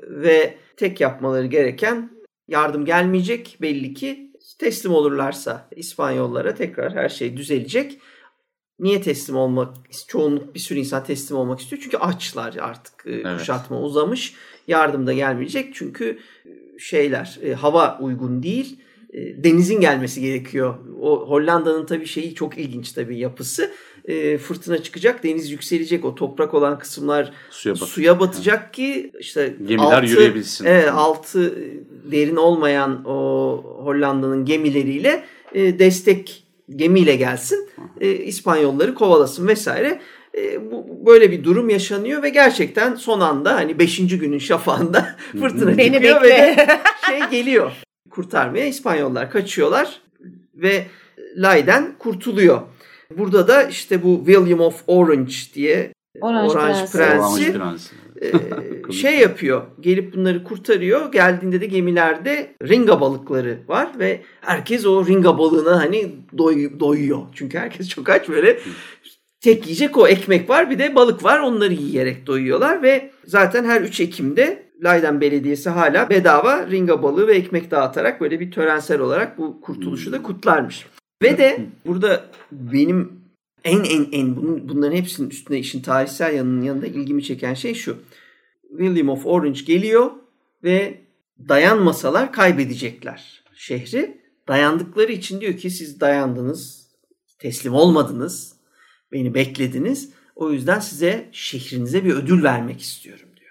ve tek yapmaları gereken, yardım gelmeyecek belli ki, teslim olurlarsa İspanyollara tekrar her şey düzelecek. Niye teslim olmak, çoğunluk bir sürü insan teslim olmak istiyor? Çünkü açlar artık, evet. Kuşatma uzamış. Yardım da gelmeyecek çünkü şeyler, hava uygun değil. e, denizin gelmesi gerekiyor. O Hollanda'nın tabii şeyi çok ilginç tabii yapısı. E, fırtına çıkacak, deniz yükselecek, o toprak olan kısımlar suya, bat- suya batacak ha. ki işte gemiler altı, yürüyebilsin. Evet, altı derin olmayan o Hollanda'nın gemileriyle e, destek gemiyle gelsin. E, İspanyolları kovalasın vesaire. E, bu böyle bir durum yaşanıyor ve gerçekten son anda hani beşinci günün şafağında fırtına Beni çıkıyor bekle. ve de şey geliyor. Kurtarmaya İspanyollar kaçıyorlar ve Leiden kurtuluyor. Burada da işte bu William of Orange diye Orange, Orange Prensi, Prensi, Orange Prensi. e, şey yapıyor. Gelip bunları kurtarıyor. Geldiğinde de gemilerde ringa balıkları var ve herkes o ringa balığına hani doy, doyuyor. Çünkü herkes çok aç, böyle tek yiyecek o ekmek var, bir de balık var. Onları yiyerek doyuyorlar ve zaten her üç Ekim'de Leiden Belediyesi hala bedava ringa balığı ve ekmek dağıtarak böyle bir törensel olarak bu kurtuluşu da kutlarmış. Ve de burada benim en en en bunun, bunların hepsinin üstüne işin tarihsel yanının yanında ilgimi çeken şey şu. William of Orange geliyor ve dayanmasalar kaybedecekler şehri. Dayandıkları için diyor ki siz dayandınız, teslim olmadınız, beni beklediniz. O yüzden size şehrinize bir ödül vermek istiyorum diyor.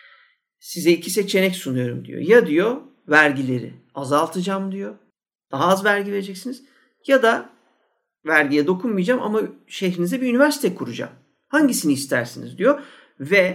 Size iki seçenek sunuyorum diyor. Ya diyor vergileri azaltacağım diyor. Daha az vergi vereceksiniz. Ya da vergiye dokunmayacağım ama şehrinize bir üniversite kuracağım. Hangisini istersiniz diyor. Ve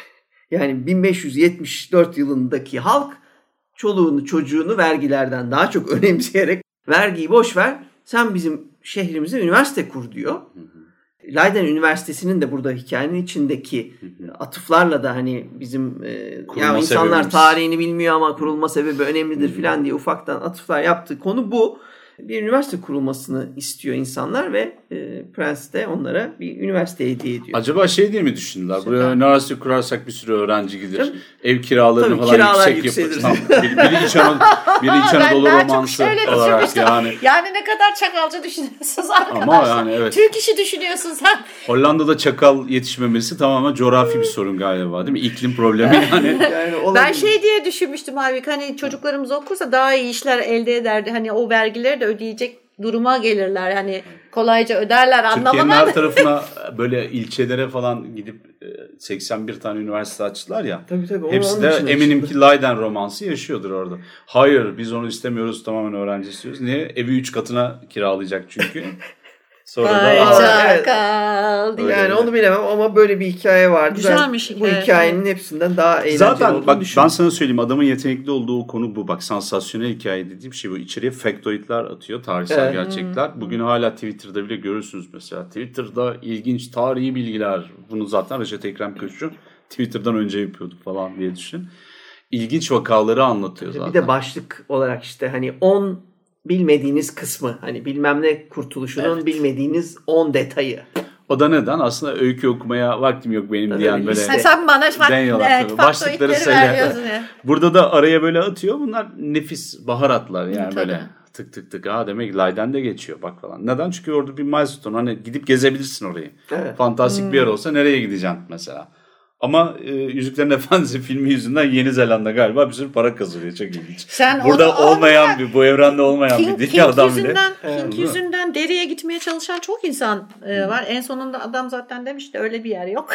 yani bin beş yüz yetmiş dört yılındaki halk çoluğunu çocuğunu vergilerden daha çok önemseyerek vergiyi boş ver, sen bizim şehrimize üniversite kur diyor. Leiden Üniversitesi'nin de burada hikayenin içindeki atıflarla da hani bizim e, ya insanlar sebebimiz. Tarihini bilmiyor ama kurulma sebebi önemlidir filan diye ufaktan atıflar yaptığı konu bu. Bir üniversite kurulmasını istiyor insanlar ve e, Prens de onlara bir üniversite hediye ediyor. Acaba şey diye mi düşündüler? Buraya üniversite kurarsak bir sürü öğrenci gider. Tabii, ev kiralarını tabii, falan yüksek yapar. Biri, biri İç Anadolu, biri İç Anadolu romansı olarak yani. Yani ne kadar çakalca düşünüyorsunuz arkadaşlar. Ama yani evet. Türk işi düşünüyorsun sen. Hollanda'da çakal yetişmemesi tamamen coğrafi bir sorun galiba, değil mi? İklim problemi yani. yani ben şey diye düşünmüştüm abi, hani çocuklarımız okursa daha iyi işler elde ederdi. Hani o vergileri de ödeyecek duruma gelirler. Hani kolayca öderler anlamına. Türkiye'nin her tarafına böyle ilçelere falan gidip seksen bir tane üniversite açtılar ya. Tabii tabii. Hepsi de eminim ki Leiden romansı yaşıyordur orada. Hayır, biz onu istemiyoruz, tamamen öğrenci istiyoruz. Niye? Evi üç katına kiralayacak çünkü. Sonra Ay da çakal diye. Yani onu bilemem ama böyle bir hikaye vardı. Güzelmiş. Ben bu evet. hikayenin hepsinden daha eğlenceli Zaten olduğunu bak düşünüyorum. Ben sana söyleyeyim, adamın yetenekli olduğu konu bu. Bak, sansasyonel hikaye dediğim şey bu. İçeriye faktoidler atıyor, tarihsel evet. gerçekler. Bugün hala Twitter'da bile görürsünüz mesela. Twitter'da ilginç tarihi bilgiler. Bunu zaten Reşat Ekrem Köşkü Twitter'dan önce yapıyordu falan diye düşün. İlginç vakaları anlatıyor zaten. Bir de başlık olarak işte hani on bilmediğiniz kısmı, hani bilmem ne kurtuluşunun evet. bilmediğiniz on detayı. O da neden? Aslında öykü okumaya vaktim yok benim Tabii diyen böyle. Işte. Sen bana evet, başlıkları söyle. Burada da araya böyle atıyor. Bunlar nefis baharatlar yani Tabii. böyle tık tık tık. Aa demek Leiden de geçiyor bak falan. Neden? Çünkü orada bir milestone. Hani gidip gezebilirsin orayı. Evet. Fantastik hmm. bir yer olsa nereye gideceksin mesela? Ama e, Yüzüklerin Efendisi filmi yüzünden Yeni Zelanda galiba bir sürü para kazanıyor. Çok ilginç. Sen Burada olmayan bir, bu evrende olmayan King, bir diye adam yüzünden, bile. King yüzünden deriye gitmeye çalışan çok insan e, var. En sonunda adam zaten demişti öyle bir yer yok.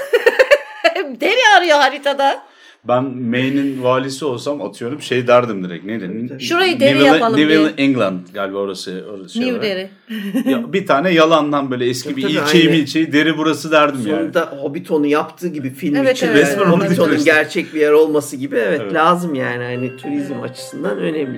Deri arıyor haritada. Ben Maine'in valisi olsam atıyorum şey derdim direkt. Neydi? Şurayı deri Newell, yapalım Newell, diye. England galiba orası. orası New deri. Ya, bir tane yalandan böyle eski tabii, bir ilçeyi mi ilçeyi deri burası derdim Sonunda yani. Sonunda Hobbiton'u yaptığı gibi film evet, için. Evet, resmen evet. Hobbiton'un gerçek bir yer olması gibi evet, evet. lazım yani. Hani turizm açısından önemli.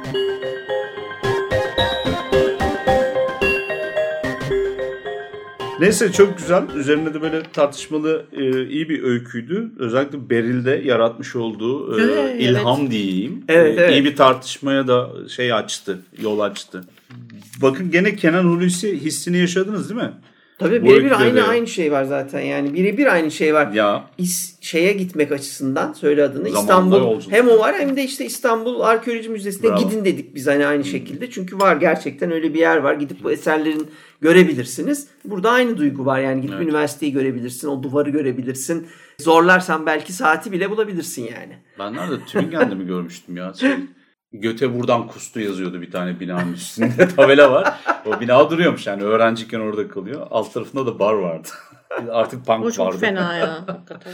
Neyse çok güzel. Üzerinde de böyle tartışmalı e, iyi bir öyküydü. Özellikle Beril'de yaratmış olduğu e, evet, ilham evet. diyeyim. Evet, e, evet. İyi bir tartışmaya da şey açtı, yol açtı. Bakın gene Kenan Hulusi hissini yaşadınız değil mi? Tabii birebir aynı aynı şey var zaten. Yani birebir aynı şey var. Ya. İs, şeye gitmek açısından söyle adını. Zamanında İstanbul yolculuk. Hem o var hem de işte İstanbul Arkeoloji Müzesi'ne Bravo. Gidin dedik biz hani aynı hmm. şekilde. Çünkü var gerçekten öyle bir yer var. Gidip bu eserlerin görebilirsiniz. Burada aynı duygu var. Yani gidip evet. üniversiteyi görebilirsin. O duvarı görebilirsin. Zorlarsan belki saati bile bulabilirsin yani. Ben nerede? Tübingen'de mi görmüştüm ya? Şey, göte buradan kustu yazıyordu bir tane binanın üstünde. Tabela var. O bina duruyormuş yani öğrenciyken orada kalıyor. Alt tarafında da bar vardı. Artık punk vardı. O çok vardı. Fena ya. Hakikaten.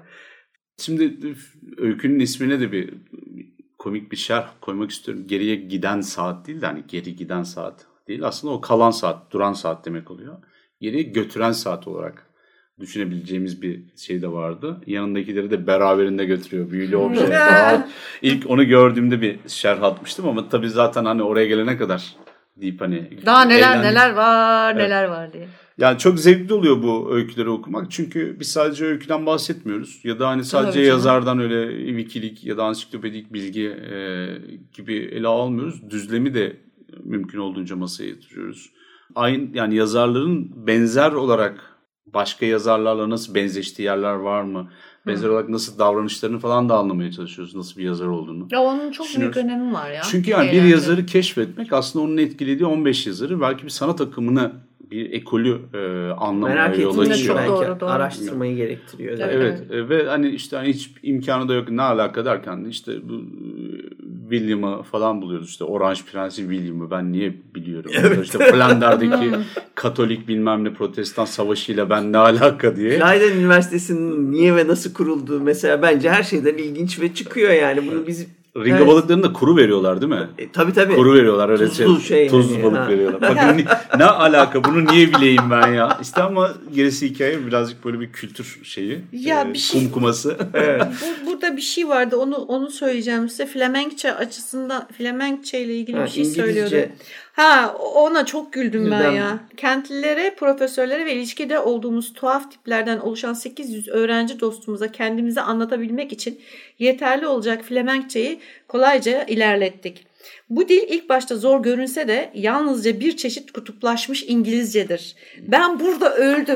Şimdi öykünün ismine de bir komik bir şerh koymak istiyorum. Geriye giden saat değil de hani geri giden saat değil. Aslında o kalan saat, duran saat demek oluyor. Geriye götüren saat olarak düşünebileceğimiz bir şey de vardı. Yanındakileri de beraberinde götürüyor. Büyülü obje falan. İlk onu gördüğümde bir şerh atmıştım ama tabii zaten hani oraya gelene kadar deyip hani daha neler eğlendim. neler var evet. neler var diye. Yani çok zevkli oluyor bu öyküleri okumak. Çünkü biz sadece öyküden bahsetmiyoruz. Ya da hani sadece evet, yazardan öyle wikilik ya da ansiklopedik bilgi e, gibi ele almıyoruz. Düzlemi de mümkün olduğunca masaya yatırıyoruz. Aynı yani yazarların benzer olarak başka yazarlarla nasıl benzeştiği yerler var mı? Benzer Hı. olarak nasıl davranışlarını falan da anlamaya çalışıyoruz. Nasıl bir yazar olduğunu. Ya onun çok büyük önemi var ya. Çünkü yani bir yazarı keşfetmek aslında onun etkilediği on beş yazarı belki bir sanat akımını bir ekolü e, anlamaya yol açıyor. Merak ettiğinde çok araştırmayı gerektiriyor. Evet, evet. evet. Ve hani işte hani hiç imkanı da yok ne alaka derken işte bu William'ı falan buluyoruz. İşte Orange Prensi William'ı ben niye biliyorum? Evet. İşte Flander'daki Katolik bilmem ne Protestan savaşıyla ben ne alaka diye. Leiden Üniversitesi'nin niye ve nasıl kurulduğu mesela bence her şeyden ilginç ve çıkıyor yani. Bunu biz Ringa evet. balıklarını da kuru veriyorlar değil mi? E, tabii tabii. Kuru veriyorlar öyle tuzlu şey. şey tuzlu yani. balık ha. veriyorlar. Bakın ne, ne alaka bunu niye bileyim ben ya? İşte ama gerisi hikaye birazcık böyle bir kültür şeyi. Ya e, bir şey. Kumkuması. Evet. Bu, burada bir şey vardı onu onu söyleyeceğim size. Flemenkçe açısından Flemenkçe ile ilgili ha, bir şey İngilizce. söylüyordu. Ha ona çok güldüm Güldüm. ben ya. Kentlilere, profesörlere ve ilişkide olduğumuz tuhaf tiplerden oluşan sekiz yüz öğrenci dostumuza kendimizi anlatabilmek için yeterli olacak Flemenkçeyi kolayca ilerlettik. Bu dil ilk başta zor görünse de yalnızca bir çeşit kutuplaşmış İngilizcedir. Ben burada öldüm.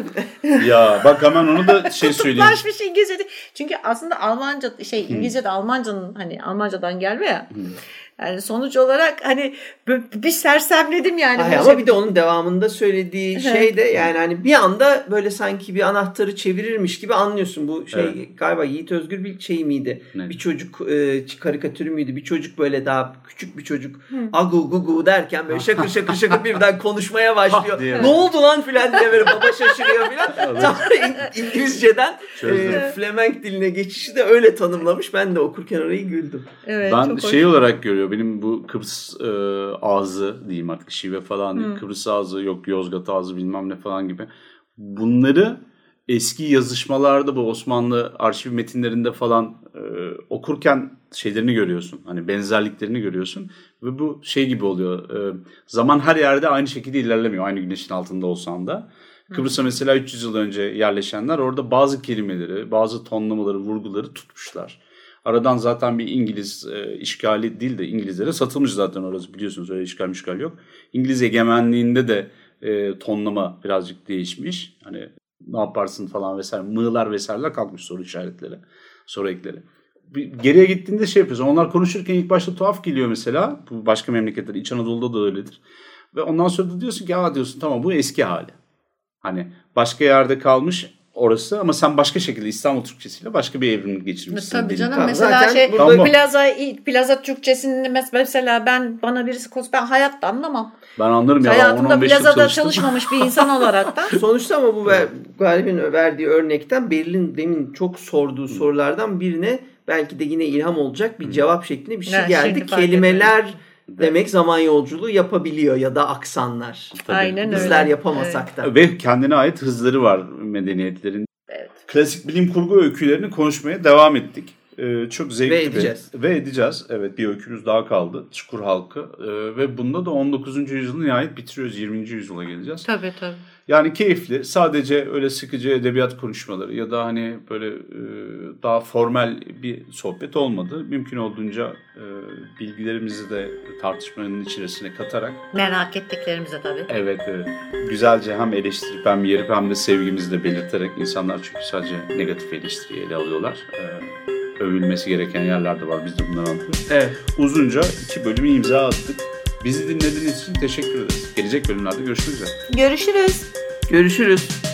Ya bak hemen onu da şey söyleyeyim. Kutuplaşmış İngilizcedir. Çünkü aslında Almanca şey İngilizce de Almanca'nın hani Almancadan gelme ya. Hmm. Yani sonuç olarak hani bir sersemledim yani. Ay ama bir de onun devamında söylediği şey de yani hani bir anda böyle sanki bir anahtarı çevirirmiş gibi anlıyorsun. Bu şey evet. galiba Yiğit Özgür bir şey miydi? Ne? Bir çocuk e, karikatürü müydü? Bir çocuk böyle daha küçük bir çocuk Hı. agu gugu derken böyle şakır şakır şakır birden konuşmaya başlıyor. Ne oldu lan filan diye böyle baba şaşırıyor filan. Sonra İngilizceden e, Flemenk diline geçişi de öyle tanımlamış. Ben de okurken orayı güldüm. Evet, ben şey hoş. olarak görüyorum. Benim bu Kıbrıs e, ağzı diyeyim artık şive falan değil. Kıbrıs ağzı yok Yozgat ağzı bilmem ne falan gibi. Bunları eski yazışmalarda bu Osmanlı arşiv metinlerinde falan e, okurken şeylerini görüyorsun. Hani benzerliklerini görüyorsun. Ve bu şey gibi oluyor. E, zaman her yerde aynı şekilde ilerlemiyor. Aynı güneşin altında olsan da. Kıbrıs'a mesela üç yüz yıl önce yerleşenler orada bazı kelimeleri, bazı tonlamaları, vurguları tutmuşlar. Aradan zaten bir İngiliz e, işgali değil de İngilizlere satılmış zaten orası biliyorsunuz öyle işgal işgal yok. İngiliz egemenliğinde de e, tonlama birazcık değişmiş. Hani ne yaparsın falan vesaire mığlar vesaireler kalkmış soru işaretleri, soru ekleri. Bir, geriye gittiğinde şey yapıyorsun. Onlar konuşurken ilk başta tuhaf geliyor mesela. Bu başka memleketler İç Anadolu'da da öyledir. Ve ondan sonra da diyorsun ki aa diyorsun tamam bu eski hali. Hani başka yerde kalmış orası ama sen başka şekilde İstanbul Türkçesiyle başka bir evrim geçirmişsin. Tabii canım tamam, mesela şey plaza plaza Türkçesini mesela ben bana birisi konuş ben hayatta anlamam. Ben anlarım ya. Hayatımda plazada çalışmamış bir insan olarak da. Sonuçta ama bu Galip'in verdiği örnekten Berlin demin çok sorduğu sorulardan birine belki de yine ilham olacak bir cevap şeklinde bir şey ya, geldi. Kelimeler demek zaman yolculuğu yapabiliyor ya da aksanlar. Tabii. Aynen öyle. Bizler yapamasak evet. da. Ve kendine ait hızları var medeniyetlerin. Evet. Klasik bilim kurgu öykülerini konuşmaya devam ettik. Ee, çok zevkli. Ve edeceğiz. Bir, ve edeceğiz. Evet bir öykümüz daha kaldı. Çukur Halkı. Ee, ve bunda da on dokuzuncu yüzyılı nihayet bitiriyoruz. yirminci yüzyıla geleceğiz. Tabii tabii. Yani keyifli. Sadece öyle sıkıcı edebiyat konuşmaları ya da hani böyle e, daha formal bir sohbet olmadı. Mümkün olduğunca e, bilgilerimizi de tartışmanın içerisine katarak. Merak ettiklerimizi tabii. Evet evet. Güzelce hem eleştirip hem yerip hem de sevgimizi de belirterek insanlar çünkü sadece negatif eleştiriyi ele alıyorlar. E, övülmesi gereken yerler de var. Biz de bunları anlatıyoruz. Evet. Uzunca iki bölümü imza attık. Bizi dinlediğiniz için teşekkür ederiz. Gelecek bölümlerde görüşmek üzere. Görüşürüz. Görüşürüz.